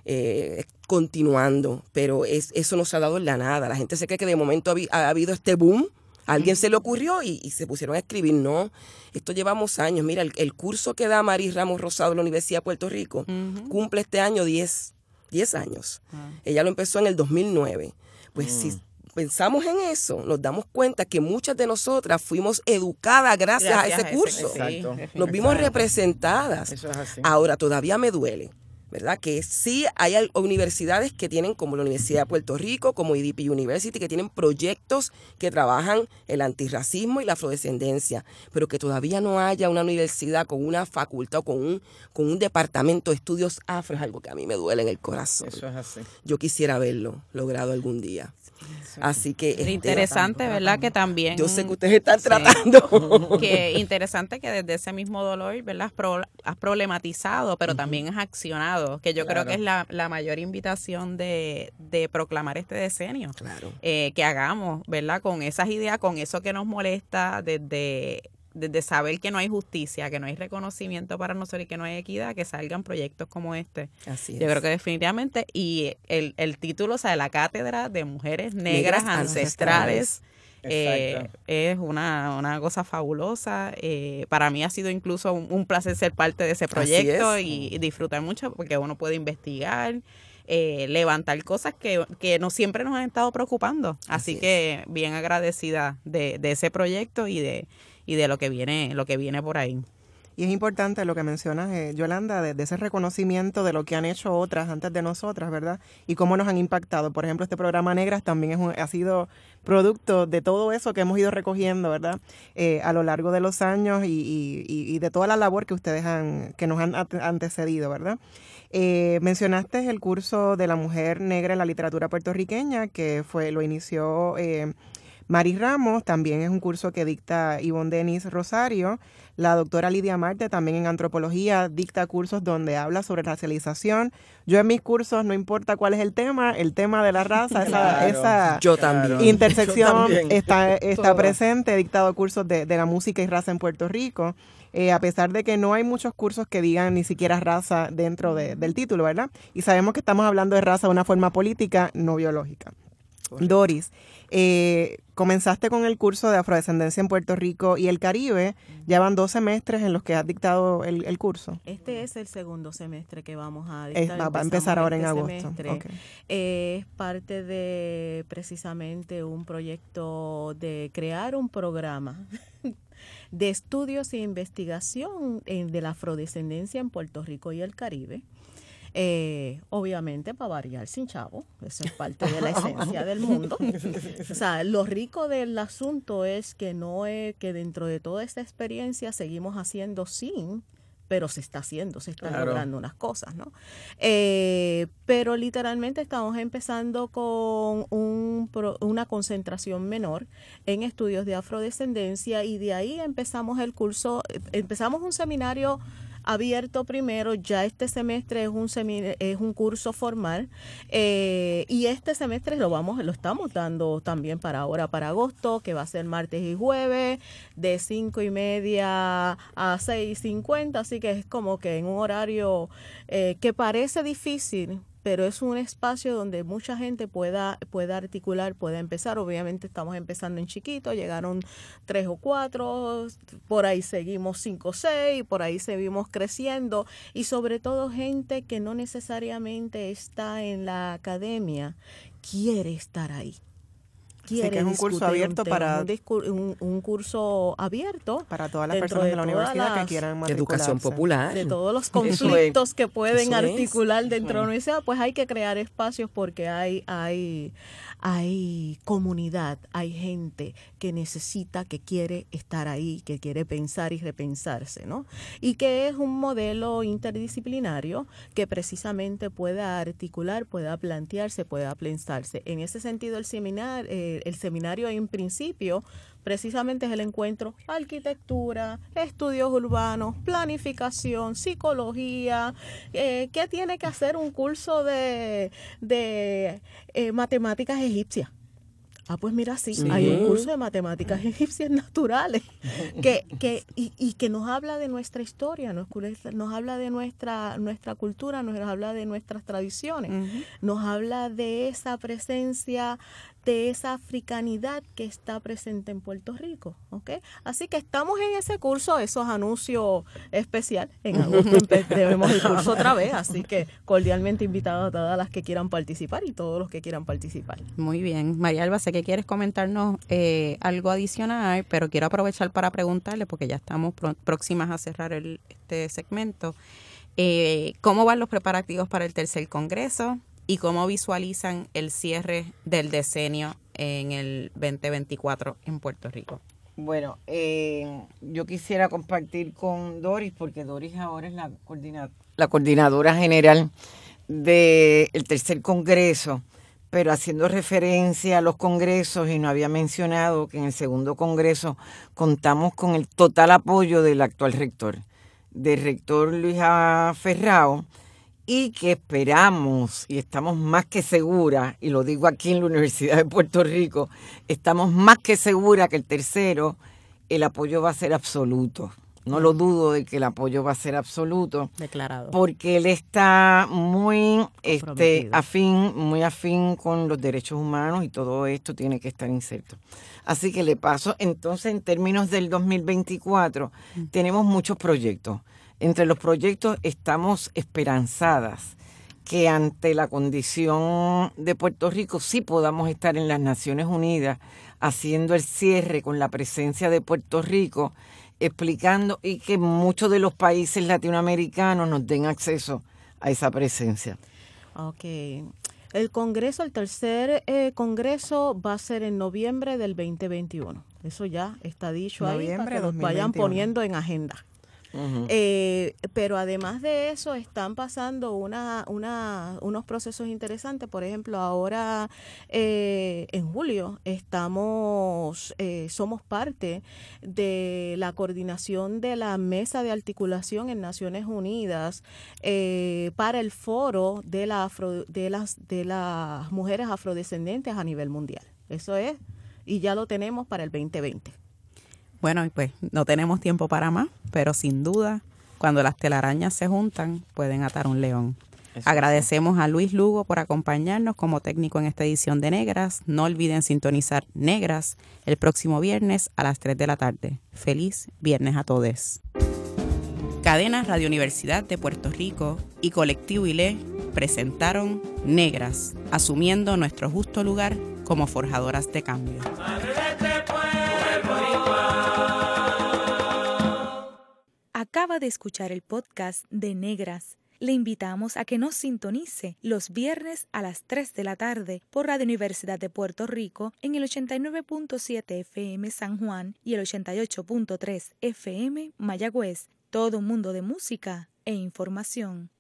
eh, continuando, pero es, eso no se ha dado en la nada. La gente se cree que de momento ha, ha habido este boom. A alguien se le ocurrió y, y se pusieron a escribir. No, esto llevamos años. Mira, el, el curso que da Maris Ramos Rosado en la Universidad de Puerto Rico uh-huh. cumple este año diez años. Uh-huh. Ella lo empezó en el dos mil nueve. Pues uh-huh. si pensamos en eso, nos damos cuenta que muchas de nosotras fuimos educadas gracias, gracias a ese curso. A ese, sí. Nos vimos representadas. Eso es así. Ahora, todavía me duele, ¿verdad? Que sí hay universidades que tienen, como la Universidad de Puerto Rico, como I D P University, que tienen proyectos que trabajan el antirracismo y la afrodescendencia, pero que todavía no haya una universidad con una facultad o con un, con un departamento de estudios afro, es algo que a mí me duele en el corazón. Eso es así. Yo quisiera verlo logrado algún día. Así que este, interesante, tratando, ¿verdad? Que también yo sé que ustedes están sí, tratando. Que interesante que desde ese mismo dolor, ¿verdad? Has, pro, has problematizado, pero uh-huh. también has accionado, que yo claro. creo que es la, la mayor invitación de, de proclamar este decenio. Claro. Eh, que hagamos, ¿verdad? Con esas ideas, con eso que nos molesta desde desde saber que no hay justicia, que no hay reconocimiento para nosotros y que no hay equidad, que salgan proyectos como este. Así es. Yo creo que definitivamente, y el, el título, o sea, la Cátedra de Mujeres Negras, Negras Ancestrales, ancestrales, Eh, es una, una cosa fabulosa. Eh, para mí ha sido incluso un, un placer ser parte de ese proyecto y, y disfrutar mucho porque uno puede investigar, eh, levantar cosas que, que no siempre nos han estado preocupando. Así, Así que bien agradecida de, de ese proyecto y de, y de lo que viene, lo que viene por ahí. Y es importante lo que mencionas, eh, Yolanda, de, de ese reconocimiento de lo que han hecho otras antes de nosotras, ¿verdad? Y cómo nos han impactado. Por ejemplo, este programa Negras también es un, ha sido producto de todo eso que hemos ido recogiendo, ¿verdad? Eh, a lo largo de los años y, y, y de toda la labor que ustedes han, que nos han antecedido, ¿verdad? Eh, mencionaste el curso de la mujer negra en la literatura puertorriqueña, que fue lo inició eh, Mari Ramos. También es un curso que dicta Ivonne Denis Rosario. La doctora Lidia Marte también en antropología dicta cursos donde habla sobre racialización. Yo en mis cursos, no importa cuál es el tema, el tema de la raza, claro, esa, esa yo también. intersección yo también. está, está presente. He dictado cursos de, de la música y raza en Puerto Rico, eh, a pesar de que no hay muchos cursos que digan ni siquiera raza dentro de, del título, ¿verdad? Y sabemos que estamos hablando de raza de una forma política, no biológica. Correcto. Doris, eh, comenzaste con el curso de afrodescendencia en Puerto Rico y el Caribe. Ya van dos semestres en los que has dictado el, el curso. Este es el segundo semestre que vamos a dictar. Es, va a empezar ahora este en agosto. Okay. Es parte de precisamente un proyecto de crear un programa de estudios e investigación de la afrodescendencia en Puerto Rico y el Caribe. Eh, obviamente para variar sin chavo, eso es parte de la esencia del mundo. O sea, lo rico del asunto es que no es que dentro de toda esta experiencia seguimos haciendo sin, pero se está haciendo, se están claro. logrando unas cosas, ¿no? Eh, pero literalmente estamos empezando con un, una concentración menor en estudios de afrodescendencia y de ahí empezamos el curso, empezamos un seminario abierto primero, ya este semestre es un semin- es un curso formal eh, y este semestre lo vamos lo estamos dando también para ahora, para agosto, que va a ser martes y jueves de cinco y media a seis cincuenta, así que es como que en un horario eh, que parece difícil, pero es un espacio donde mucha gente pueda, pueda articular, pueda empezar. Obviamente estamos empezando en chiquito, llegaron tres o cuatro, por ahí seguimos cinco o seis, por ahí seguimos creciendo y sobre todo gente que no necesariamente está en la academia, quiere estar ahí. Así que es un curso abierto un para... Un, discur- un, un curso abierto. Para todas las personas de, de la universidad las, que quieran matricularse. Educación popular. De todos los conflictos es, que pueden articular es. dentro de la universidad, pues hay que crear espacios porque hay, hay, hay comunidad, hay gente que necesita, que quiere estar ahí, que quiere pensar y repensarse, ¿no? Y que es un modelo interdisciplinario que precisamente pueda articular, pueda plantearse, pueda pensarse. En ese sentido, el seminario... Eh, el seminario en principio precisamente es el encuentro arquitectura, estudios urbanos, planificación, psicología, eh, ¿qué tiene que hacer un curso de, de eh, matemáticas egipcias? Ah, pues mira, sí, sí, hay un curso de matemáticas egipcias naturales que, que y, y que nos habla de nuestra historia, nos, nos habla de nuestra nuestra cultura, nos habla de nuestras tradiciones, uh-huh. nos habla de esa presencia, de esa africanidad que está presente en Puerto Rico, ¿ok? Así que estamos en ese curso, esos anuncios especial. En agosto debemos el curso otra vez, así que cordialmente invitados a todas las que quieran participar y todos los que quieran participar. Muy bien. María Alba, sé que quieres comentarnos eh, algo adicional, pero quiero aprovechar para preguntarle, porque ya estamos pr- próximas a cerrar el, este segmento, eh, ¿cómo van los preparativos para el tercer congreso? ¿Y cómo visualizan el cierre del decenio en el veinte veinticuatro en Puerto Rico? Bueno, eh, yo quisiera compartir con Doris, porque Doris ahora es la, coordina- la coordinadora general del tercer congreso, pero haciendo referencia a los congresos, y no había mencionado que en el segundo congreso contamos con el total apoyo del actual rector, del rector Luis A. Ferrao, y que esperamos y estamos más que seguras, y lo digo aquí en la Universidad de Puerto Rico, estamos más que seguras que el tercero, el apoyo va a ser absoluto. No lo dudo de que el apoyo va a ser absoluto. Declarado. Porque él está muy este, Comprometido. afín, muy afín con los derechos humanos y todo esto tiene que estar inserto. Así que le paso, entonces en términos del dos mil veinticuatro, mm. tenemos muchos proyectos. Entre los proyectos estamos esperanzadas que ante la condición de Puerto Rico sí podamos estar en las Naciones Unidas haciendo el cierre con la presencia de Puerto Rico, explicando y que muchos de los países latinoamericanos nos den acceso a esa presencia. Ok. El Congreso, el tercer eh, Congreso va a ser en noviembre del veinte veintiuno. Eso ya está dicho Noviembre ahí para que los dos mil veintiuno. vayan poniendo en agenda. Uh-huh. Eh, pero además de eso están pasando una, una, unos procesos interesantes. Por ejemplo, ahora eh, en julio estamos eh, somos parte de la coordinación de la mesa de articulación en Naciones Unidas eh, para el foro de, la afro, de, las, de las mujeres afrodescendientes a nivel mundial. Eso es, y ya lo tenemos para el veinte veinte. Bueno, y pues no tenemos tiempo para más, pero sin duda, cuando las telarañas se juntan, pueden atar un león. Eso Agradecemos sí. a Luis Lugo por acompañarnos como técnico en esta edición de Negras. No olviden sintonizar Negras el próximo viernes a las tres de la tarde. Feliz viernes a todos. Cadena Radio Universidad de Puerto Rico y Colectivo I L E presentaron Negras, asumiendo nuestro justo lugar como forjadoras de cambio. Acaba de escuchar el podcast de Negras. Le invitamos a que nos sintonice los viernes a las tres de la tarde por Radio Universidad de Puerto Rico en el ochenta y nueve punto siete F M San Juan y el ochenta y ocho punto tres F M Mayagüez. Todo un mundo de música e información.